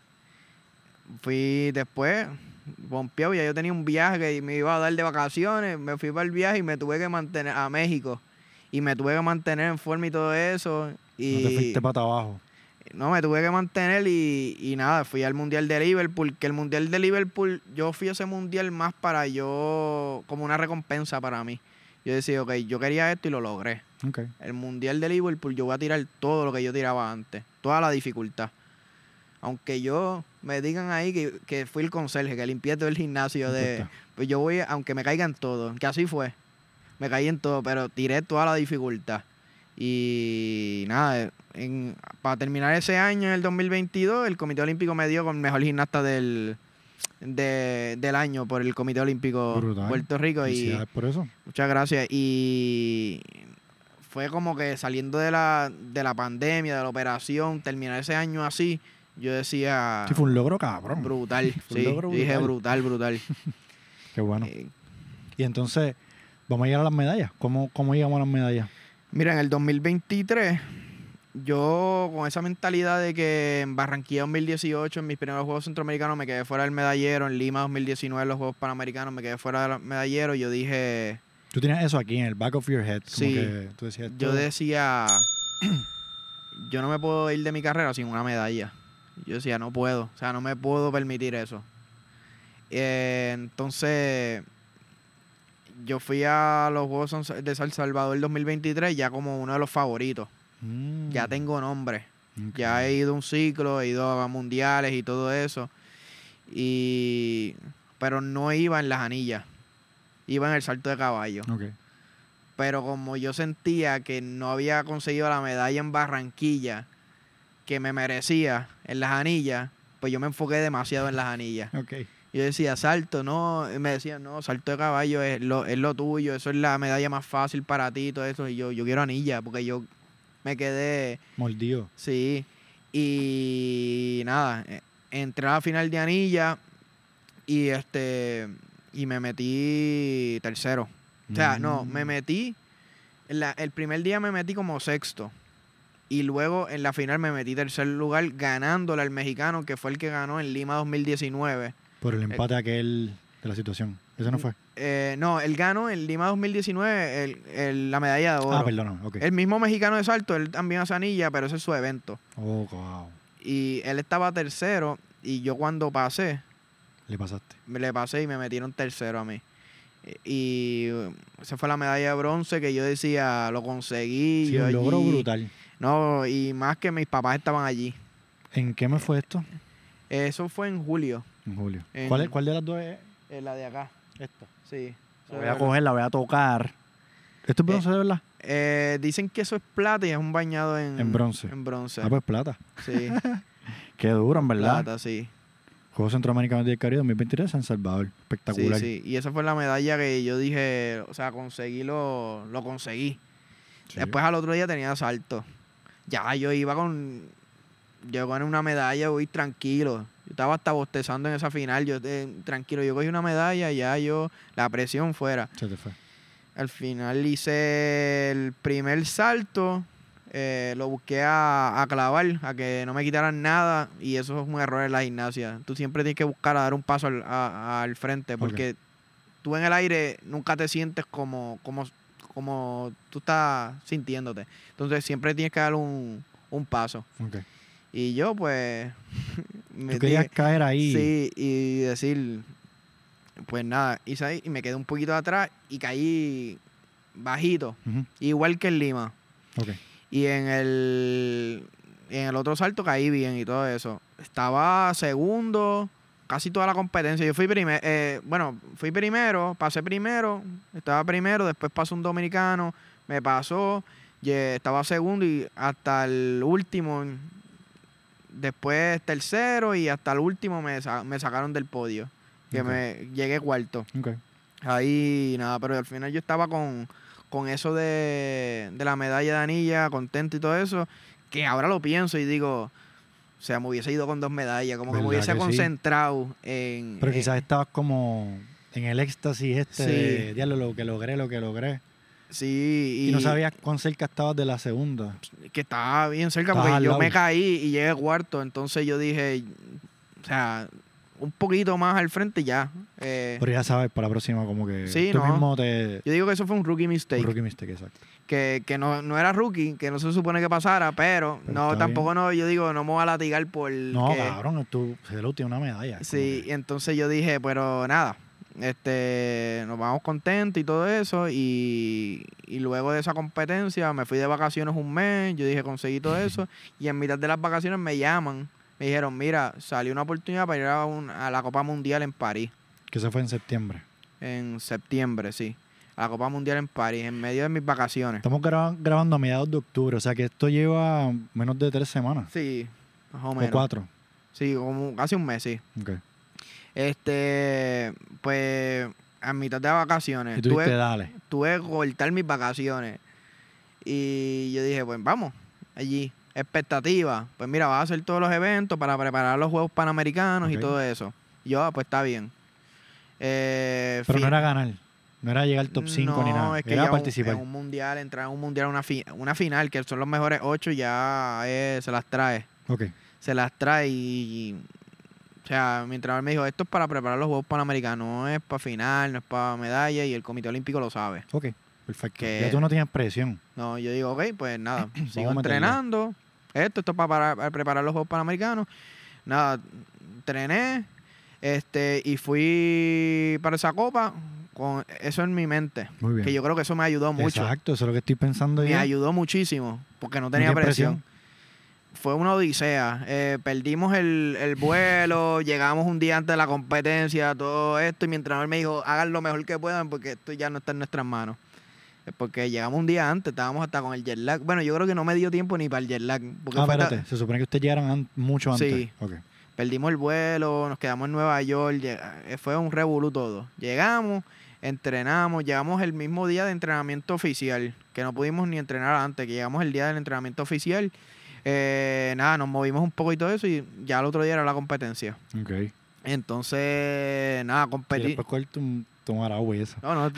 Fui después, pompeado, ya yo tenía un viaje que me iba a dar de vacaciones. Me fui para el viaje y me tuve que mantener a México. Y me tuve que mantener en forma y todo eso. Y no te fuiste para abajo. No, me tuve que mantener y nada, fui al Mundial de Liverpool. Que el Mundial de Liverpool, yo fui a ese Mundial más como una recompensa para mí. Yo decía, ok, yo quería esto y lo logré. Okay. El Mundial de Liverpool, yo voy a tirar todo lo que yo tiraba antes. Toda la dificultad. Aunque me digan ahí que fui el conserje, que limpié todo el gimnasio pues yo voy, aunque me caigan todo, que así fue. Me caí en todo, pero tiré toda la dificultad. Y nada, para terminar ese año, en el 2022, el Comité Olímpico me dio con mejor gimnasta del año por el Comité Olímpico Brutal. Puerto Rico. Felicidades por eso. Muchas gracias. Y fue como que saliendo de la pandemia, de la operación, terminar ese año así, yo decía... Sí, fue un logro cabrón. Brutal, sí. Logro brutal. Dije brutal. Qué bueno. Y entonces, vamos a llegar a las medallas. ¿Cómo llegamos a las medallas? Mira, en el 2023, yo con esa mentalidad de que en Barranquilla 2018, en mis primeros Juegos Centroamericanos, me quedé fuera del medallero. En Lima 2019, en los Juegos Panamericanos, me quedé fuera del medallero. Yo dije... Tú tienes eso aquí en el back of your head. Sí. Como que tú decías, yo decía... yo no me puedo ir de mi carrera sin una medalla. Yo decía, no puedo. O sea, no me puedo permitir eso. Entonces... yo fui a los Juegos de San Salvador 2023 ya como uno de los favoritos. Ya tengo nombre. Okay. Ya he ido a un ciclo, he ido a mundiales y todo eso. Pero no iba en las anillas. Iba en el salto de caballo. Okay. Pero como yo sentía que no había conseguido la medalla en Barranquilla que me merecía en las anillas, pues yo me enfoqué demasiado en las anillas. Okay. Y yo decía, salto, no. Y me decían, no, salto de caballo es lo tuyo, eso es la medalla más fácil para ti, todo eso. Y yo quiero anilla, porque yo me quedé, Mordido. sí. Y nada, entré a la final de anilla y y me metí tercero. O sea, no, me metí, el primer día me metí como sexto. Y luego en la final me metí tercer lugar ganándole al mexicano, que fue el que ganó en Lima 2019. Por el empate aquel de la situación. ¿Eso no fue? No, él ganó en Lima 2019 la medalla de oro. Ah, perdón, ok. El mismo mexicano de salto, él también hace anilla, pero ese es su evento. Oh, wow. Y él estaba tercero y yo cuando pasé, Le pasaste. le pasé y me metieron tercero a mí. Y esa fue la medalla de bronce que yo decía, lo conseguí. Sí, yo un logro allí, brutal. no, y más que mis papás estaban allí. ¿En qué mes fue esto? Eso fue en julio. En julio. En- ¿Cuál de las dos es La de acá. esta? Sí. La voy a coger, la voy a tocar. ¿Esto es bronce de verdad? Dicen que eso es plata y es un bañado En bronce. En bronce. Ah, pues plata. Sí. Qué duro, en verdad. Plata, sí. Juegos Centroamericanos del Caribe 2023 San Salvador. Espectacular. Sí, sí. Y esa fue la medalla que yo dije, o sea, lo conseguí. Sí. Después al otro día tenía salto. Ya yo yo gané una medalla, voy tranquilo. Yo estaba hasta bostezando en esa final. Yo tranquilo, yo cogí una medalla, la presión fuera. Se te fue. Al final hice el primer salto, lo busqué a clavar, a que no me quitaran nada, y eso es un error en la gimnasia. Tú siempre tienes que buscar a dar un paso al frente, porque tú en el aire nunca te sientes como tú estás sintiéndote. Entonces siempre tienes que dar un paso. Okay. Y yo pues... Tú querías caer ahí. Sí, y decir... Pues nada, hice ahí y me quedé un poquito atrás y caí bajito, igual que en Lima. Okay. Y en el otro salto caí bien y todo eso. Estaba segundo, casi toda la competencia. Yo fui fui primero, pasé primero, estaba primero, después pasó un dominicano, me pasó, estaba segundo y hasta el último, después tercero y hasta el último me sacaron del podio. Que me llegué cuarto. Okay. Ahí nada, pero al final yo estaba con eso de la medalla de anilla, contento y todo eso, que ahora lo pienso y digo, o sea, me hubiese ido con 2 medallas, como que me hubiese concentrado en... Pero quizás estabas como en el éxtasis sí. de diablo, lo que logré. Sí. Y no sabías cuán cerca estabas de la segunda. Que estaba bien cerca Estabas porque al yo lado. me caí y llegué cuarto, entonces yo dije, o sea... un poquito más al frente ya. Pero ya sabes, para la próxima como que sí, tú mismo te... Yo digo que eso fue un rookie mistake. Un rookie mistake, exacto. Que no era rookie, que no se supone que pasara, pero no, tampoco bien. no, yo digo, no me voy a latigar por... No, cabrón, tú Hello tiene una medalla. Sí, y entonces yo dije, pero nada, nos vamos contentos y todo eso, y luego de esa competencia me fui de vacaciones un mes, yo dije, conseguí todo eso, y en mitad de las vacaciones me llaman. Me dijeron, mira, salió una oportunidad para ir a la Copa Mundial en París. Que eso fue en septiembre. En septiembre, sí. A la Copa Mundial en París, en medio de mis vacaciones. Estamos grabando a mediados de octubre, o sea que esto lleva menos de 3 semanas. Sí, más o menos. O 4. Sí, como casi un mes, sí. Okay. Pues, a mitad de vacaciones. Y tú dijiste, dale. Tuve que cortar mis vacaciones. Y yo dije, pues vamos, allí. Expectativa. Pues mira, vas a hacer todos los eventos para preparar los Juegos Panamericanos y todo eso. Y yo, pues está bien. Pero no era ganar. No era llegar al top 5 ni nada. Es que era participar. En un mundial, entrar en un mundial, una final, que son los mejores 8, ya se las trae. Ok. Se las trae y o sea, mi entrenador me dijo, esto es para preparar los Juegos Panamericanos, no es para final, no es para medalla, y el Comité Olímpico lo sabe. Ok, perfecto. Ya tú no tienes presión. No, yo digo, ok, pues nada, sigo a meterle. entrenando. Esto es para preparar los Juegos Panamericanos. Nada, entrené y fui para esa copa con eso en mi mente. Muy bien. Que yo creo que eso me ayudó mucho. Exacto, eso es lo que estoy pensando yo. Me ayudó muchísimo porque no tenía presión. Fue una odisea. Perdimos el vuelo, llegamos un día antes de la competencia, todo esto, y mi entrenador me dijo, hagan lo mejor que puedan porque esto ya no está en nuestras manos. Porque llegamos un día antes, estábamos hasta con el jet lag. Bueno, yo creo que no me dio tiempo ni para el jet lag. Porque espérate, se supone que ustedes llegaran mucho antes. Sí. Okay. Perdimos el vuelo, nos quedamos en Nueva York, fue un revolú todo. Llegamos, entrenamos, llegamos el mismo día de entrenamiento oficial, que no pudimos ni entrenar antes, que llegamos el día del entrenamiento oficial. Nada, nos movimos un poco y todo eso, y ya el otro día era la competencia. Ok. Entonces, nada, Y competí. después cuál tomar agua y eso. No,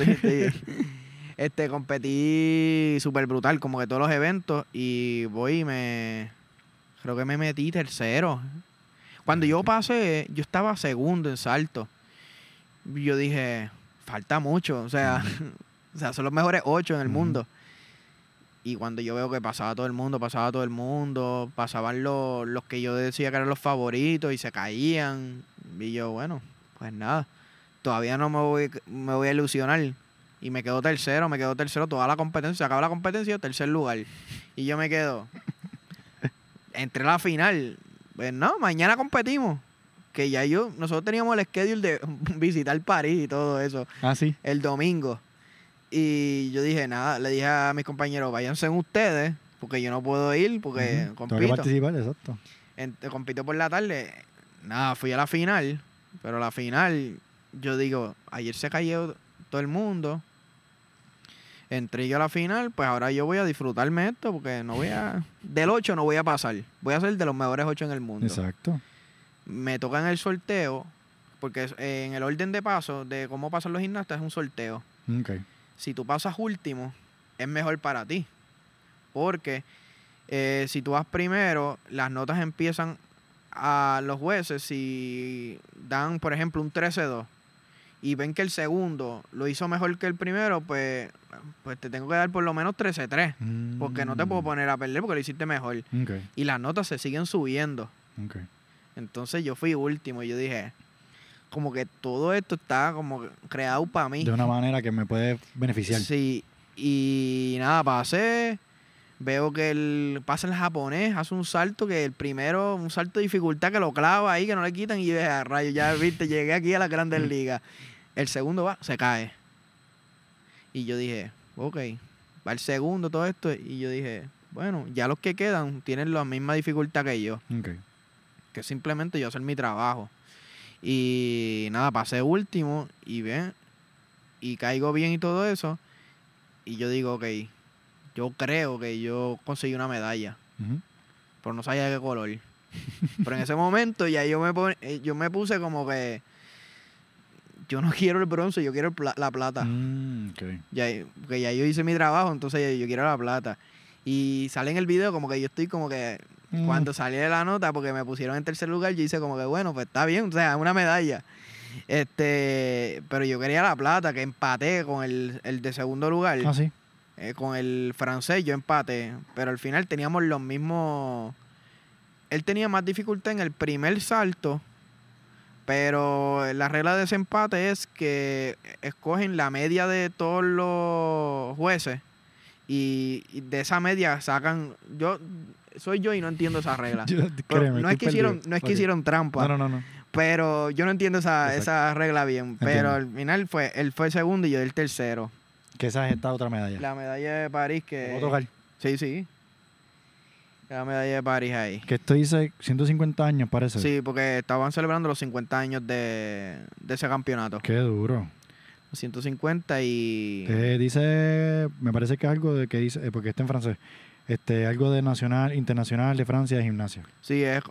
competí súper brutal, como que todos los eventos, y voy y creo que me metí tercero. Cuando yo pasé, yo estaba segundo en salto. Yo dije, falta mucho, o sea, son los mejores 8 en el mundo. Y cuando yo veo que pasaba todo el mundo, pasaban los que yo decía que eran los favoritos y se caían. Y yo, bueno, pues nada, todavía no me voy a ilusionar. Y me quedo tercero toda la competencia. Se acaba la competencia, tercer lugar. Y yo me quedo. Entré a la final. Pues no, mañana competimos. Que ya nosotros teníamos el schedule de visitar París y todo eso. Ah, sí. El domingo. Y yo dije, nada, le dije a mis compañeros, váyanse ustedes, porque yo no puedo ir, porque compito. Tengo que participar, exacto. Compito por la tarde. Nada, fui a la final, pero la final, yo digo, ayer se cayó todo el mundo. Entré yo a la final, pues ahora yo voy a disfrutarme esto, porque del 8 no voy a pasar. Voy a ser de los mejores 8 en el mundo. Exacto. Me toca en el sorteo, porque en el orden de paso, de cómo pasan los gimnastas, es un sorteo. Ok. Si tú pasas último, es mejor para ti. Porque si tú vas primero, las notas empiezan a los jueces, si dan, por ejemplo, un 13-2 y ven que el segundo lo hizo mejor que el primero, pues te tengo que dar por lo menos 13-3. Porque no te puedo poner a perder porque lo hiciste mejor. Okay. Y las notas se siguen subiendo. Okay. Entonces yo fui último y yo dije, como que todo esto está como creado para mí. De una manera que me puede beneficiar. Sí, y nada, pasé. Veo que pasa el japonés, hace un salto que el primero, un salto de dificultad que lo clava ahí, que no le quitan, y yo dije, a rayo, ya viste, llegué aquí a las Grandes Ligas. El segundo se cae. Y yo dije, ok, va el segundo, todo esto, y yo dije, bueno, ya los que quedan tienen la misma dificultad que yo. Okay. Que simplemente yo hacer mi trabajo. Y nada, pasé último y caigo bien y todo eso. Y yo digo, ok, yo creo que yo conseguí una medalla. Pero no sabía de qué color. Pero en ese momento ya yo me puse como que yo no quiero el bronce, yo quiero la plata. Okay. Porque ya yo hice mi trabajo, entonces yo quiero la plata. Y sale en el video como que yo estoy como que cuando salí de la nota, porque me pusieron en tercer lugar, yo hice como que bueno, pues está bien, o sea, una medalla. Pero yo quería la plata, que empaté con el de segundo lugar. Ah, sí. Con el francés yo empaté, pero al final teníamos los mismos. Él tenía más dificultad en el primer salto, pero la regla de ese empate es que escogen la media de todos los jueces y de esa media sacan. Soy yo y no entiendo esa regla. No es que hicieron trampa. No. Pero yo no entiendo esa regla bien. Pero al final él fue el segundo y yo el tercero. Que esa es esta otra medalla. La medalla de París que... ¿Puedo tocar? Sí. La medalla de París ahí. Que esto dice 150 años, parece. Sí, porque estaban celebrando los 50 años de ese campeonato. Qué duro. 150 y... Dice, me parece que es algo de que dice, porque está en francés, algo de internacional de Francia de gimnasia. Sí, es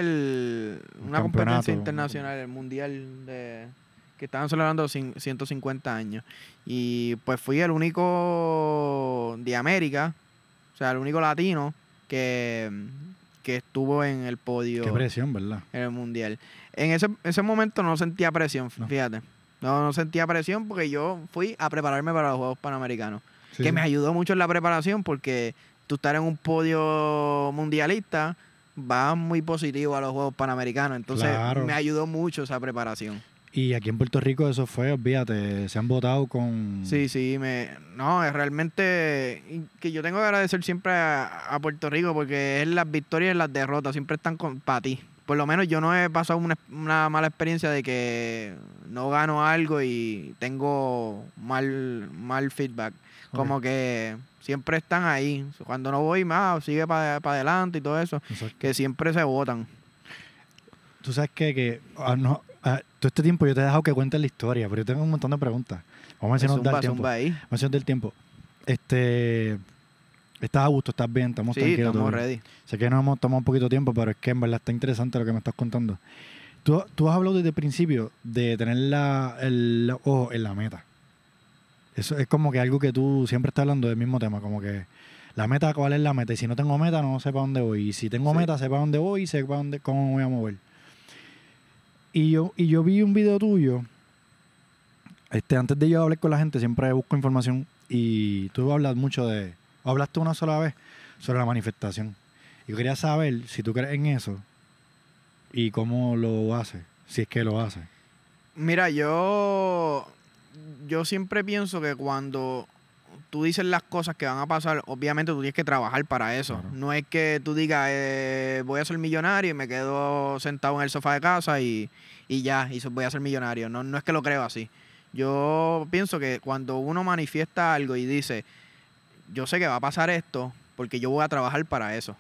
una competencia internacional, el mundial que estaban celebrando los 150 años. Y pues fui el único de América, o sea, el único latino que estuvo en el podio. Qué presión, ¿verdad? En el mundial. En ese momento no sentía presión, fíjate. No sentía presión porque yo fui a prepararme para los Juegos Panamericanos. Sí. Que me ayudó mucho en la preparación porque tú estar en un podio mundialista va muy positivo a los Juegos Panamericanos. Entonces me ayudó mucho esa preparación. Y aquí en Puerto Rico eso fue, olvídate, se han votado con... Sí, realmente que yo tengo que agradecer siempre a Puerto Rico porque es las victorias y las derrotas, siempre están para ti. Por lo menos yo no he pasado una mala experiencia de que no gano algo y tengo mal feedback. Okay. Como que siempre están ahí. Cuando no voy más, sigue para adelante y todo eso. Exacto. Que siempre se votan. tú sabes todo este tiempo yo te he dejado que cuentes la historia, pero yo tengo un montón de preguntas. Vamos a ver si nos da el tiempo. Ahí. Vamos a ver si nos da el tiempo. ¿Estás a gusto? ¿Estás bien? ¿Estamos tranquilos? Sí, estamos ready. Sé que nos hemos tomado un poquito de tiempo, pero es que en verdad está interesante lo que me estás contando. Tú has hablado desde el principio de tener el ojo en la meta. Eso es como que algo que tú siempre estás hablando del mismo tema, como que la meta, ¿cuál es la meta? Y si no tengo meta, no sé para dónde voy. Y si tengo meta, sé para dónde voy y sé cómo me voy a mover. Y yo vi un video tuyo. Antes de yo hablar con la gente, siempre busco información. Y tú hablaste una sola vez sobre la manifestación. Yo quería saber si tú crees en eso y cómo lo haces, si es que lo haces. Mira, yo siempre pienso que cuando tú dices las cosas que van a pasar, obviamente tú tienes que trabajar para eso. Claro. No es que tú digas, voy a ser millonario y me quedo sentado en el sofá de casa y ya, y voy a ser millonario. No es que lo creo así. Yo pienso que cuando uno manifiesta algo y dice, yo sé que va a pasar esto porque yo voy a trabajar para eso.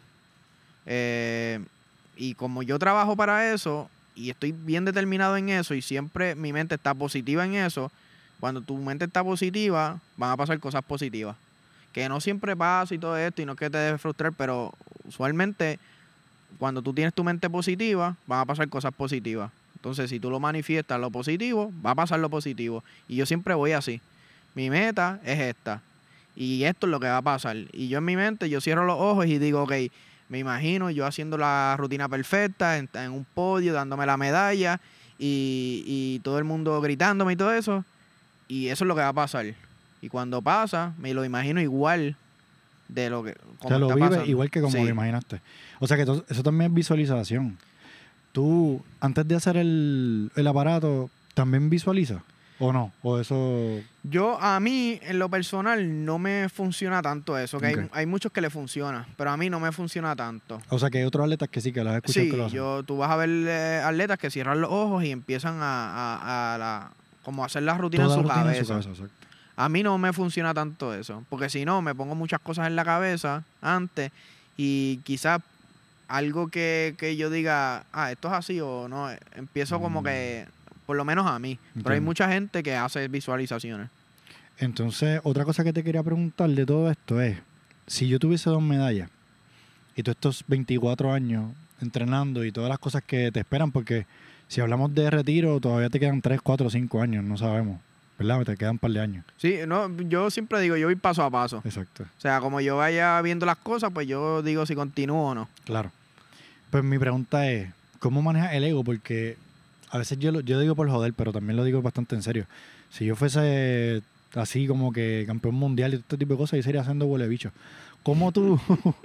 Y como yo trabajo para eso y estoy bien determinado en eso y siempre mi mente está positiva en eso, cuando tu mente está positiva, van a pasar cosas positivas. Que no siempre pasa y todo esto, y no es que te debe frustrar, pero usualmente cuando tú tienes tu mente positiva, van a pasar cosas positivas. Entonces, si tú lo manifiestas lo positivo, va a pasar lo positivo. Y yo siempre voy así. Mi meta es esta. Y esto es lo que va a pasar. Y yo en mi mente, yo cierro los ojos y digo, ok, me imagino yo haciendo la rutina perfecta, en un podio, dándome la medalla y todo el mundo gritándome y todo eso. Y eso es lo que va a pasar. Y cuando pasa, me lo imagino igual de lo que como lo está vives pasando. igual que como lo imaginaste. O sea que eso también es visualización. Tú, antes de hacer el aparato, ¿también visualizas? ¿O no? ¿O eso...? A mí, en lo personal, no me funciona tanto eso. Que Okay. hay muchos que le funciona, pero a mí no me funciona tanto. O sea que hay otros atletas que sí, que las escuchan que lo hacen. Tú vas a ver atletas que cierran los ojos y empiezan como a hacer la rutina en su cabeza. A mí no me funciona tanto eso, porque si no, me pongo muchas cosas en la cabeza antes y quizás algo que yo diga, esto es así o no, empiezo como que, por lo menos a mí. Entiendo. Pero hay mucha gente que hace visualizaciones. Entonces, otra cosa que te quería preguntar de todo esto es, si yo tuviese 2 medallas y tú estos 24 años entrenando y todas las cosas que te esperan, porque si hablamos de retiro, todavía te quedan 3, 4, 5 años, no sabemos, ¿verdad? Te quedan un par de años. Sí, no, yo siempre digo, yo voy paso a paso. Exacto. O sea, como yo vaya viendo las cosas, pues yo digo si continúo o no. Claro. Pues mi pregunta es, ¿cómo manejas el ego? Porque a veces yo digo por joder, pero también lo digo bastante en serio. Si yo fuese así como que campeón mundial y este tipo de cosas, yo sería haciendo huele bicho. ¿Cómo tú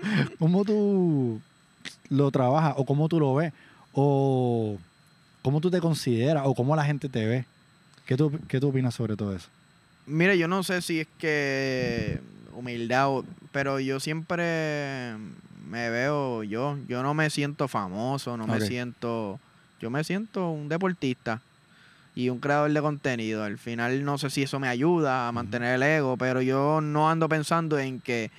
lo trabajas? ¿O cómo tú lo ves? ¿O cómo tú te consideras? ¿O cómo la gente te ve? ¿Qué tú opinas sobre todo eso? Mira, yo no sé si es que humildad, pero yo siempre me veo, yo no me siento famoso, yo me siento un deportista y un creador de contenido. Al final no sé si eso me ayuda a mantener el ego, pero yo no ando pensando en que,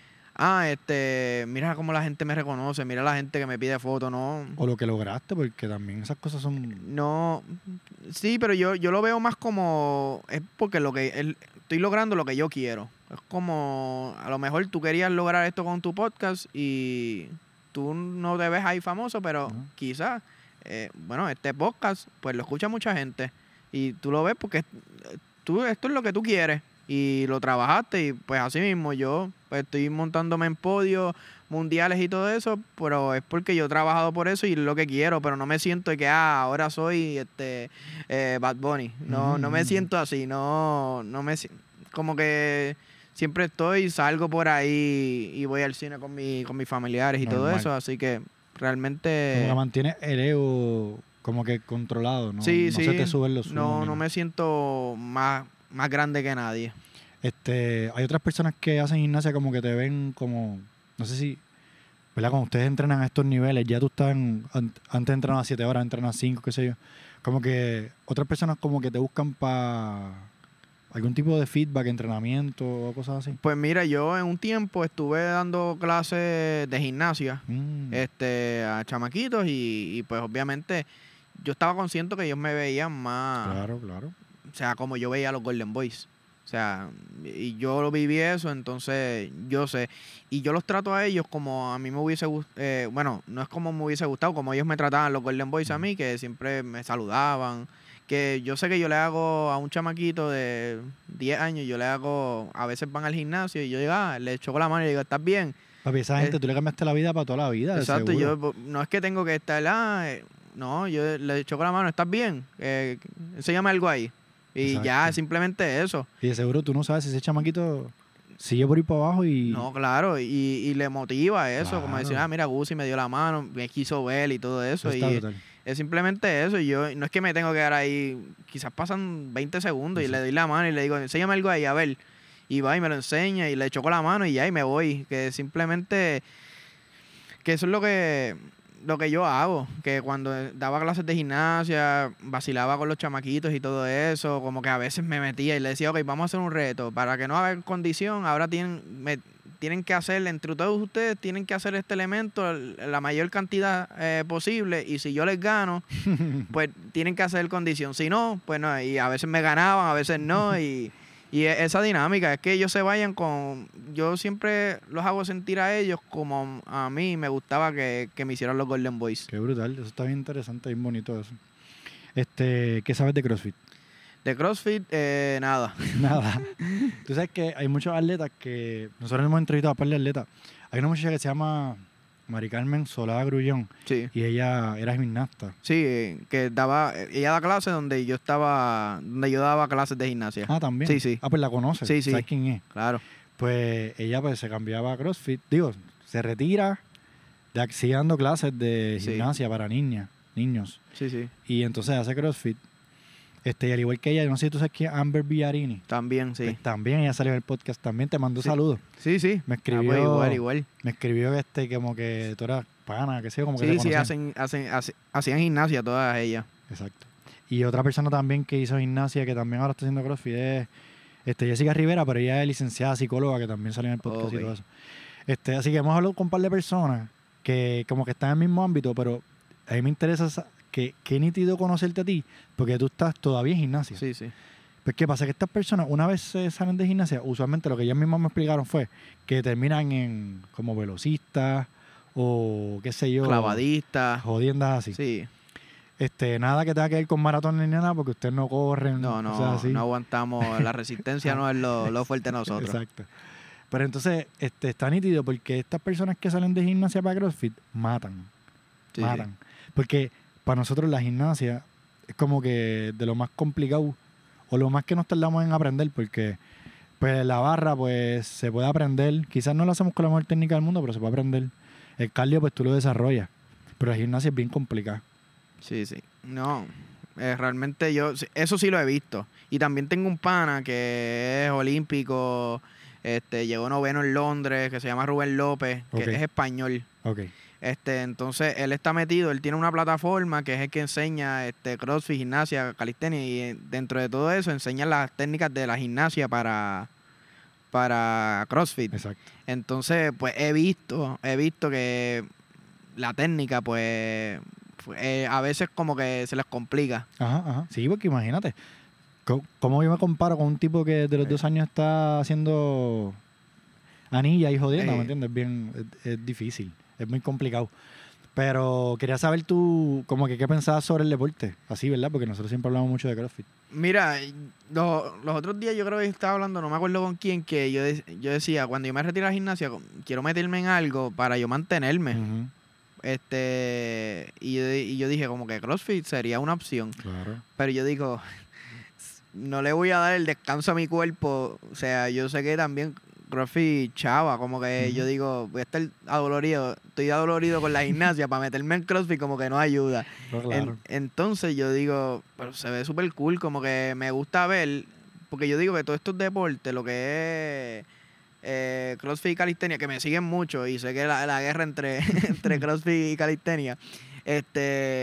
mira cómo la gente me reconoce, mira la gente que me pide fotos, no. O lo que lograste, porque también esas cosas son... No, sí, pero yo lo veo más como, es porque estoy logrando lo que yo quiero. Es como, a lo mejor tú querías lograr esto con tu podcast y tú no te ves ahí famoso, pero quizás, este podcast, pues lo escucha mucha gente y tú lo ves porque esto es lo que tú quieres y lo trabajaste y pues así mismo yo pues estoy montándome en podios mundiales y todo eso, pero es porque yo he trabajado por eso y es lo que quiero, pero no me siento que ahora soy Bad Bunny. No me siento así, no me como que siempre salgo por ahí y voy al cine con mis familiares y todo eso, así que realmente... Como que mantienes el ego como que controlado, ¿no? Sí, no se te suben los humos. No me siento más grande que nadie. Hay otras personas que hacen gimnasia como que te ven como, no sé si, ¿verdad? Cuando ustedes entrenan a estos niveles, ya tú estás, antes entrenabas 7 horas, entrenas 5, qué sé yo. Como que otras personas como que te buscan para ¿Algún tipo de feedback, entrenamiento o cosas así? Pues mira, yo en un tiempo estuve dando clases de gimnasia a chamaquitos y pues obviamente yo estaba consciente que ellos me veían más, Claro, claro. o sea, como yo veía a los Golden Boys. O sea, y yo lo viví eso, entonces yo sé. Y yo los trato a ellos como a mí me hubiese gustado, bueno, no es como me hubiese gustado, como ellos me trataban los Golden Boys a mí, que siempre me saludaban. Que yo sé que yo le hago a un chamaquito de 10 años, yo le hago, a veces van al gimnasio y yo digo, le choco la mano y digo, ¿estás bien? Papi, esa gente, tú le cambiaste la vida para toda la vida, de Exacto, seguro. yo no es que tengo que estar, no, yo le choco la mano, ¿estás bien? Enséñame algo ahí. Y Exacto. ya, simplemente eso. Y de seguro tú no sabes si ese chamaquito sigue por ahí para abajo y... No, claro, y le motiva eso, como decir, Claro. mira, Gusi me dio la mano, me quiso ver y todo eso. Eso está Y brutal. es simplemente eso. Y yo no es que me tengo que quedar ahí, quizás pasan 20 segundos y le Exacto. doy la mano y le digo, enséñame algo ahí, a ver. Y va y me lo enseña y le choco la mano y ya, y me voy. Que simplemente, que eso es lo que yo hago, que cuando daba clases de gimnasia, vacilaba con los chamaquitos y todo eso, como que a veces me metía y le decía, ok, vamos a hacer un reto, para que no hagan condición, ahora tienen que hacer, entre todos ustedes, tienen que hacer este elemento la mayor cantidad posible, y si yo les gano, pues tienen que hacer condición, si no, pues no, y a veces me ganaban, a veces no, y esa dinámica, es que ellos se vayan con... Yo siempre los hago sentir a ellos como a mí me gustaba que me hicieran los Golden Boys. Qué brutal, eso está bien interesante, bien bonito eso. ¿Qué sabes de CrossFit? De CrossFit, nada. Nada. Tú sabes que hay muchos atletas que... Nosotros hemos entrevistado a un par de atletas. Hay una muchacha que se llama Mari Carmen Solada Grullón Sí. y ella era gimnasta. Sí, ella da clases donde yo daba clases de gimnasia. Ah, también. Sí, sí. Ah, pues la conoces. Sí, sí. ¿Sabes quién es? Claro. Pues ella pues se cambiaba a CrossFit. Digo, se retira, sigue dando clases de Sí. gimnasia para niños. Sí, sí. Y entonces hace CrossFit. Y al igual que ella, yo no sé si tú sabes quién es Amber Villarini. También, sí. Pues también ella salió en el podcast, también te mandó saludos. Sí, sí. Me escribió, Pues igual. me escribió como que tú eras pana, que sé yo, como que Sí, te sí, conocían. hacían gimnasia todas ellas. Exacto. Y otra persona también que hizo gimnasia, que también ahora está haciendo CrossFit, es Jessica Rivera, pero ella es licenciada psicóloga, que también salió en el podcast Ok. y todo eso. Así que hemos hablado con un par de personas que como que están en el mismo ámbito, pero a mí me interesa qué nítido conocerte a ti, porque tú estás todavía en gimnasia. Sí, sí. Pues qué pasa, que estas personas, una vez se salen de gimnasia, usualmente lo que ellas mismas me explicaron fue que terminan en como velocistas o qué sé yo, Clavadistas. jodiendas así. Sí. Nada que tenga que ver con maratón ni nada, porque ustedes no corren, No, cosas así. no aguantamos. La resistencia no es lo fuerte de nosotros. Exacto. Pero entonces, está nítido porque estas personas que salen de gimnasia para CrossFit matan. Sí, matan. Porque para nosotros la gimnasia es como que de lo más complicado o lo más que nos tardamos en aprender, porque pues la barra pues se puede aprender. Quizás no lo hacemos con la mejor técnica del mundo, pero se puede aprender. El cardio pues tú lo desarrollas. Pero la gimnasia es bien complicada. Sí, sí. No, realmente eso sí lo he visto. Y también tengo un pana que es olímpico, llegó noveno en Londres, que se llama Rubén López, que Ok. es español. Ok. Entonces él está metido, él tiene una plataforma que es el que enseña CrossFit, gimnasia, calistenia, y dentro de todo eso enseña las técnicas de la gimnasia para CrossFit. Exacto. Entonces, pues he visto que la técnica, pues, a veces como que se les complica. Ajá, ajá. Sí, porque imagínate, ¿cómo yo me comparo con un tipo que de los 2 años está haciendo anilla y jodiendo? ¿Me entiendes? Es difícil, es muy complicado. Pero quería saber tú, como que qué pensabas sobre el deporte, así, ¿verdad? Porque nosotros siempre hablamos mucho de CrossFit. Mira, los otros días yo creo que estaba hablando, no me acuerdo con quién, que yo decía, cuando yo me retiro de la gimnasia, quiero meterme en algo para yo mantenerme. Ujú. Y yo dije como que CrossFit sería una opción. Claro. Pero yo digo, no le voy a dar el descanso a mi cuerpo. O sea, yo sé que también CrossFit chava, como que yo digo, voy a estar adolorido, estoy adolorido con la gimnasia, para meterme en CrossFit como que no ayuda. No, claro. Entonces yo digo, pero se ve súper cool, como que me gusta ver, porque yo digo que todos estos deportes, lo que es CrossFit y calistenia, que me siguen mucho y sé que la guerra entre CrossFit y calistenia,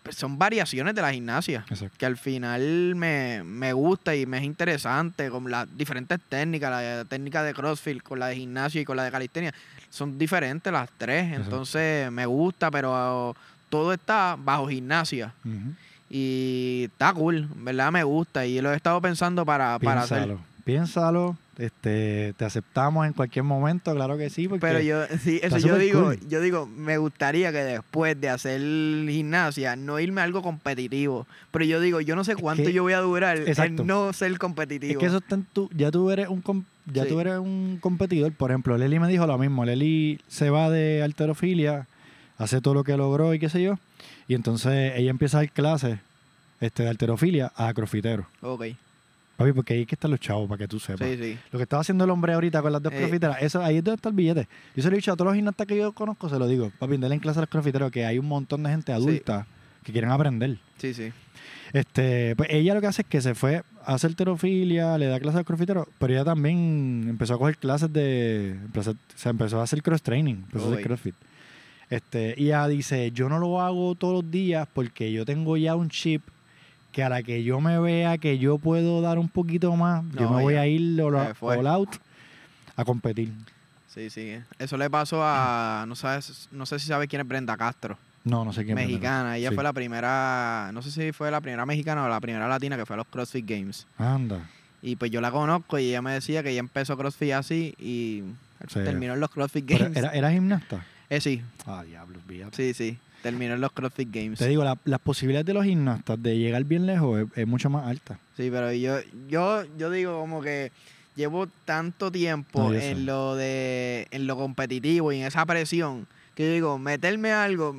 pues, son variaciones de la gimnasia. Exacto. Que al final me gusta y me es interesante con las diferentes técnicas, la técnica de CrossFit, con la de gimnasio y con la de calistenia. Son diferentes las tres, Exacto. entonces me gusta, pero todo está bajo gimnasia. Ujú. Y está cool, en verdad me gusta y lo he estado pensando para hacer. Piénsalo, te aceptamos en cualquier momento, claro que sí, porque Pero sí, está eso súper cool. yo digo, me gustaría que después de hacer gimnasia, no irme a algo competitivo. Pero yo digo, yo no sé cuánto que- yo voy a durar exacto. en no ser Es competitivo. que eso está en ya tú eres Sí. tú eres un competidor. Por ejemplo, Leli me dijo lo mismo. Leli se va de halterofilia, hace todo lo que logró y qué sé yo. Y entonces ella empieza a dar clases de halterofilia a crofiteros. Ok, Papi, porque ahí es que están los chavos, para que tú sepas. sí, sí. Lo que estaba haciendo el hombre ahorita con las dos crofiteras, eso, ahí es donde está el billete. Yo se lo he dicho a todos los gimnastas que yo conozco, se lo digo. Papi, denle en clase a los crofiteros, que hay un montón de gente adulta que quieren aprender. Sí, sí. Pues ella lo que hace es que se fue a hacer halterofilia, le da clases al crofitero, pero ella también empezó a coger clases se empezó a hacer cross training, empezó a hacer crossfit. Y ella dice, yo no lo hago todos los días porque yo tengo ya un chip que a la que yo me vea que yo puedo dar un poquito más, yo me voy a ir all out a competir. Sí, sí. Eso le pasó a, no sé si sabes quién es Brenda Castro. No sé quién. Mexicana. Ella Sí. fue la primera, no sé si fue la primera mexicana o la primera latina que fue a los CrossFit Games. Anda. Y pues yo la conozco y ella me decía que ella empezó CrossFit así y Sí. terminó en los CrossFit Pero Games. ¿Era gimnasta? Sí. Ah, diablos, fíjate. Sí, sí. Terminó en los CrossFit Games. Te digo, las posibilidades de los gimnastas de llegar bien lejos es mucho más alta. Sí, pero yo digo como que llevo tanto tiempo No, yo sé. en lo competitivo y en esa presión que yo digo, meterme algo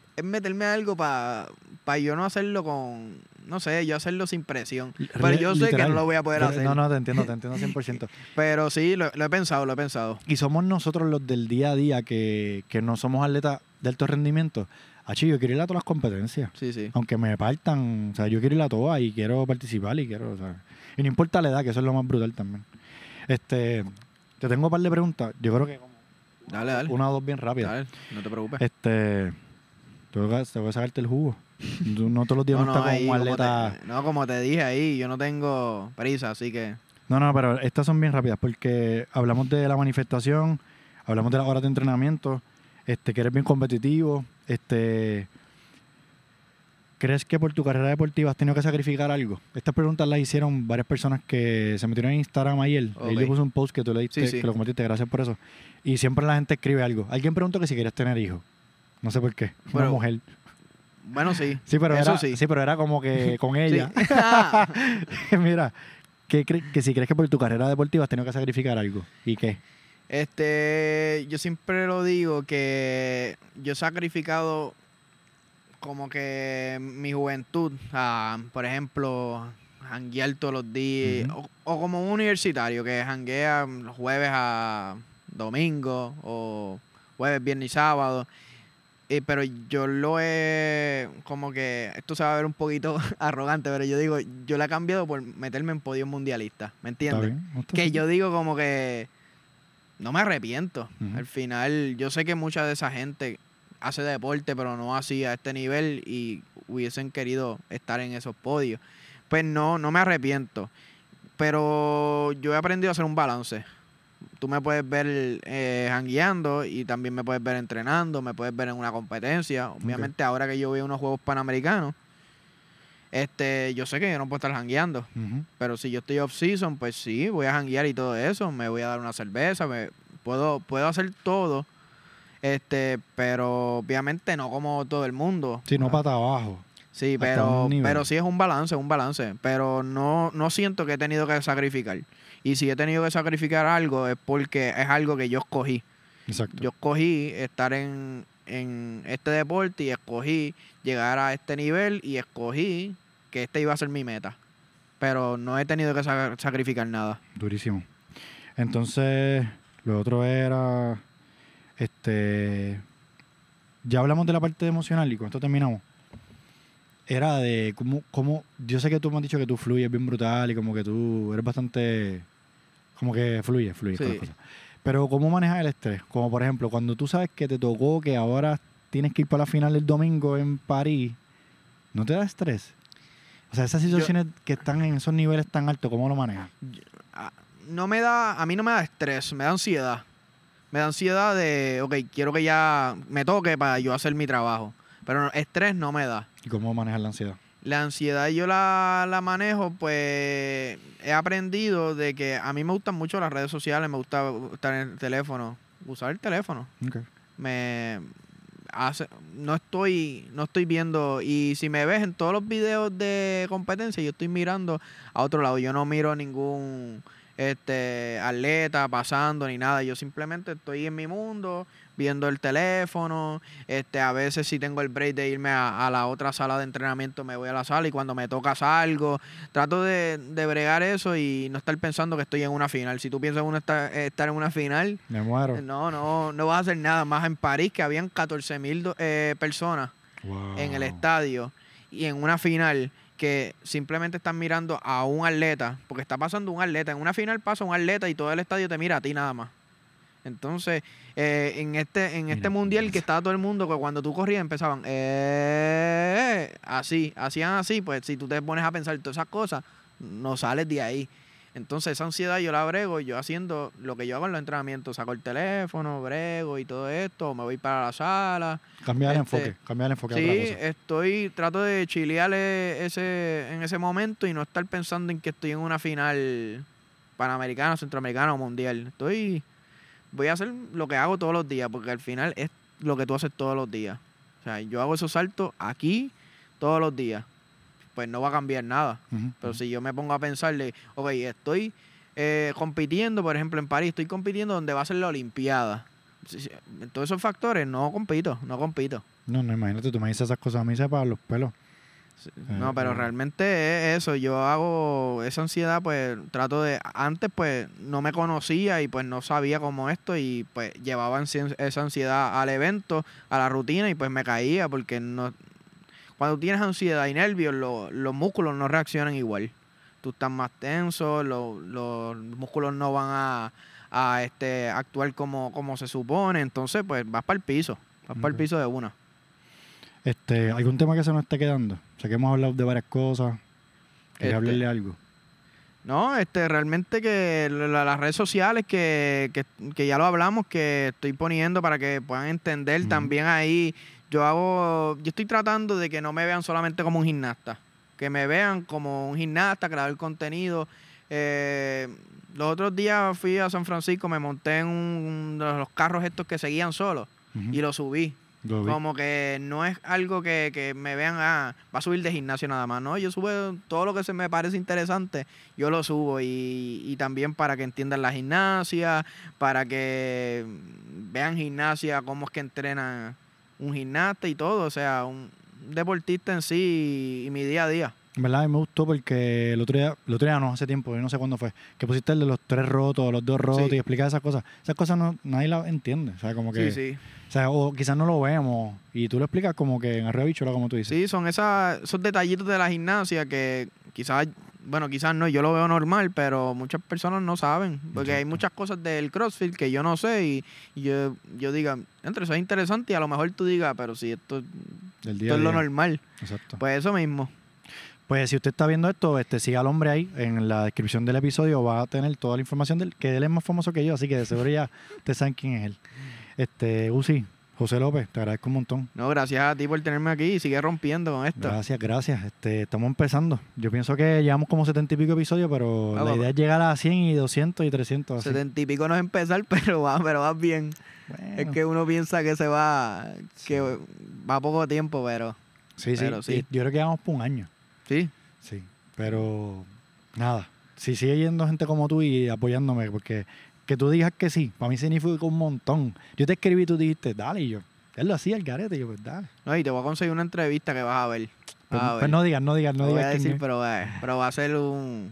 para yo no hacerlo con, no sé, yo hacerlo sin presión. Pero yo sé que Literal. no lo voy a poder hacer. No, te entiendo 100%. Pero sí, lo he pensado. Y somos nosotros los del día a día que no somos atletas de alto rendimiento. Achi, yo quiero ir a todas las competencias. Sí, sí. Aunque me partan, o sea, yo quiero ir a todas y quiero participar y quiero, o sea, y no importa la edad, que eso es lo más brutal también. Te tengo un par de preguntas. Yo creo que como Dale. una o dos bien rápidas. Dale, no te preocupes. Tengo que sacarte el jugo. Tú no todos los días no estás ahí, como un atleta. como te dije ahí, yo no tengo prisa, así que... No, pero estas son bien rápidas porque hablamos de la manifestación, hablamos de las horas de entrenamiento, que eres bien competitivo. ¿Crees que por tu carrera deportiva has tenido que sacrificar algo? Estas preguntas las hicieron varias personas que se metieron en Instagram ayer. Ahí le puse un post que tú le diste, Sí. que lo compartiste, gracias por eso. Y siempre la gente escribe algo. Alguien preguntó que si quieres tener hijos. No sé por qué. Una Pero- mujer. Bueno, sí. Sí, pero Eso era, sí. pero era como que con ella. Sí. Mira, que si crees que por tu carrera deportiva has tenido que sacrificar algo. ¿Y qué? Yo siempre lo digo que yo he sacrificado como que mi juventud, por ejemplo, janguear todos los días, Ujú. o como un universitario que janguea los jueves a domingo, o jueves, viernes y sábado. Pero yo lo he, como que, esto se va a ver un poquito arrogante, pero yo digo, yo la he cambiado por meterme en podio mundialista, ¿me ¿Está entiendes? bien? ¿No está Que bien? yo digo como que no me arrepiento. Ujú. Al final, yo sé que mucha de esa gente hace deporte, pero no así a este nivel y hubiesen querido estar en esos podios. Pues no me arrepiento. Pero yo he aprendido a hacer un balance. Tú me puedes ver jangueando y también me puedes ver entrenando, me puedes ver en una competencia. Obviamente, ahora que yo veo unos Juegos Panamericanos, yo sé que yo no puedo estar jangueando. Ujú. Pero si yo estoy off-season, pues sí, voy a janguear y todo eso. Me voy a dar una cerveza, puedo hacer todo. Pero obviamente no como todo el mundo. Sí, no pata abajo. Sí, hasta un nivel. pero sí es un balance. Pero no siento que he tenido que sacrificar. Y si he tenido que sacrificar algo es porque es algo que yo escogí. Exacto. Yo escogí estar en este deporte y escogí llegar a este nivel y escogí que este iba a ser mi meta. Pero no he tenido que sacrificar nada. Durísimo. Entonces, lo otro era, ya hablamos de la parte emocional y con esto terminamos. Era de cómo, yo sé que tú me has dicho que tú fluyes bien brutal y como que tú eres bastante, como que fluyes con Sí. las cosas. Pero ¿cómo manejas el estrés? Como por ejemplo, cuando tú sabes que te tocó que ahora tienes que ir para la final el domingo en París ¿No te da estrés? O sea, esas situaciones que están en esos niveles tan altos, ¿cómo lo manejas? A mí no me da estrés, me da ansiedad. Me da ansiedad de, ok, quiero que ya me toque para yo hacer mi trabajo. Pero estrés no me da. ¿Y cómo manejas la ansiedad? La ansiedad yo la manejo, pues he aprendido de que a mí me gustan mucho las redes sociales, me gusta estar en el teléfono, usar el teléfono. Okay. No estoy viendo, y si me ves en todos los videos de competencia, yo estoy mirando a otro lado. Yo no miro ningún atleta pasando ni nada. Yo simplemente estoy en mi mundo, viendo el teléfono. A veces si tengo el break de irme a la otra sala de entrenamiento, me voy a la sala y cuando me toca salgo. Trato de bregar eso y no estar pensando que estoy en una final. Si tú piensas estar en una final, me muero. No vas a hacer nada. Más en París, que habían 14,000 personas en el estadio, y en una final que simplemente están mirando a un atleta, porque está pasando un atleta. En una final pasa un atleta y todo el estadio te mira a ti nada más. Entonces, en este mundial que estaba todo el mundo, que cuando tú corrías empezaban hacían así, pues si tú te pones a pensar todas esas cosas, no sales de ahí. Entonces esa ansiedad yo la brego, yo haciendo lo que yo hago en los entrenamientos, saco el teléfono, brego y todo esto, me voy para la sala. Cambiar el enfoque a otra cosa. Sí, trato de chilear en ese momento y no estar pensando en que estoy en una final panamericana, centroamericana o mundial. Voy a hacer lo que hago todos los días, porque al final es lo que tú haces todos los días. O sea, yo hago esos saltos aquí todos los días. Pues no va a cambiar nada. Pero si yo me pongo a pensarle, ok, estoy compitiendo, por ejemplo, en París, estoy compitiendo donde va a ser la Olimpiada. En todos esos factores no compito. No, imagínate, tú me dices esas cosas, a mí se paran los pelos. No, pero realmente es eso. Yo hago esa ansiedad, pues trato de... Antes, pues, no me conocía y pues no sabía cómo esto, y pues llevaba esa ansiedad al evento, a la rutina, y pues me caía porque no... Cuando tienes ansiedad y nervios, los músculos no reaccionan igual. Tú estás más tenso, los músculos no van a actuar como se supone. Entonces, pues vas para el piso. Para el piso de una. ¿Algún tema que se nos esté quedando? O sea, que hemos hablado de varias cosas. ¿Quería hablarle algo? No, realmente que las redes sociales que ya lo hablamos, que estoy poniendo para que puedan entender también ahí. Yo estoy tratando de que no me vean solamente como un gimnasta, que me vean como un gimnasta, creador contenido. Los otros días fui a San Francisco, me monté en uno de los carros estos que seguían solos y lo subí. Como que no es algo que me vean, va a subir de gimnasio nada más, ¿no? Yo subo todo lo que se me parece interesante, yo lo subo, y también para que entiendan la gimnasia, para que vean gimnasia, cómo es que entrenan un gimnasta y todo, o sea, un deportista en sí y mi día a día. En verdad, a mí me gustó porque el otro día no, hace tiempo, yo no sé cuándo fue, que pusiste el de los 3 rotos, los 2 rotos, y explicas esas cosas. Esas cosas nadie las entiende, o sea, como que... Sí. O sea, o quizás no lo vemos, y tú lo explicas como que en Arroyo Bichola, como tú dices. Sí, son esos detallitos de la gimnasia que quizás no, yo lo veo normal, pero muchas personas no saben, porque hay muchas cosas del CrossFit que yo no sé, y yo diga, eso es interesante, y a lo mejor tú digas, pero si esto es lo normal. Exacto. Pues eso mismo. Pues si usted está viendo esto, siga al hombre ahí. En la descripción del episodio va a tener toda la información de él, que él es más famoso que yo, así que de seguro ya ustedes saben quién es él. Uzi, José López, te agradezco un montón. No, gracias a ti por tenerme aquí y sigue rompiendo con esto. Gracias. Estamos empezando. Yo pienso que llevamos como 70 y pico episodios, pero la idea es llegar a 100 y 200 y 300. Así. 70 y pico no es empezar, pero vas bien. Bueno. Es que uno piensa que va poco tiempo, pero... Sí. Yo creo que llevamos por un año. Sí, pero nada, si sigue yendo gente como tú y apoyándome, porque que tú digas que sí, para mí significa un montón. Yo te escribí y tú dijiste, dale, y yo, él lo hacía, el garete, y yo, pues dale. No, y te voy a conseguir una entrevista que vas a ver. Pues no digas. No voy a decir, pero va a ser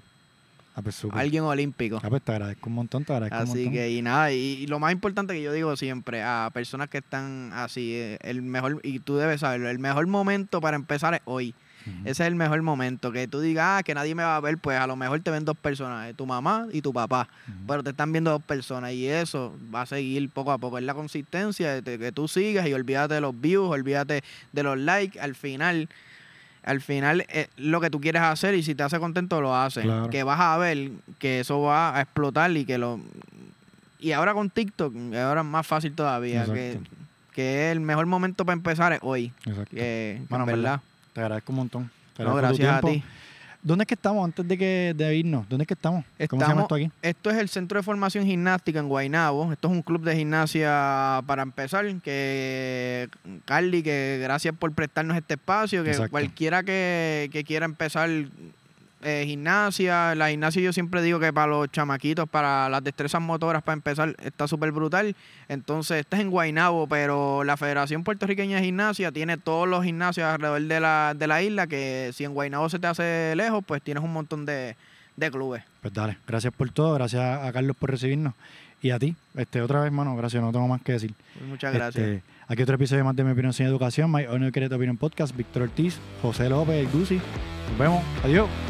alguien olímpico. Pues te agradezco un montón, Así que, y nada, y lo más importante que yo digo siempre a personas que están así, el mejor, y tú debes saberlo, el mejor momento para empezar es hoy. Ese es el mejor momento. Que tú digas que nadie me va a ver, pues a lo mejor te ven 2 personas, tu mamá y tu papá. Pero te están viendo 2 personas, y eso va a seguir poco a poco. Es la consistencia de que tú sigas, y olvídate de los views, olvídate de los likes. Al final al final lo que tú quieres hacer y si te hace contento lo haces. Claro. Que vas a ver que eso va a explotar y ahora con TikTok, ahora es más fácil todavía. Que el mejor momento para empezar es hoy. Exacto. Bueno, verdad. Te agradezco un montón. No, gracias a ti. ¿Dónde es que estamos antes de irnos? ¿Dónde es que estamos? ¿Cómo se llama esto aquí? Esto es el Centro de Formación Gimnástica en Guaynabo. Esto es un club de gimnasia para empezar. Que Carly, que gracias por prestarnos este espacio. Que Exacto. cualquiera que quiera empezar gimnasia. La gimnasia yo siempre digo que para los chamaquitos, para las destrezas motoras para empezar, está súper brutal. Entonces, este es en Guaynabo, pero la Federación Puertorriqueña de Gimnasia tiene todos los gimnasios alrededor de la isla, que si en Guaynabo se te hace lejos, pues tienes un montón de clubes. Pues dale, gracias por todo, gracias a Carlos por recibirnos. Y a ti, otra vez, mano, gracias, no tengo más que decir. Pues muchas gracias. Aquí otro episodio más de Mi Opinión Sin Educación, My Honor Creative Opinion Podcast, Víctor Ortiz, José López, el Gusi. Nos vemos, adiós.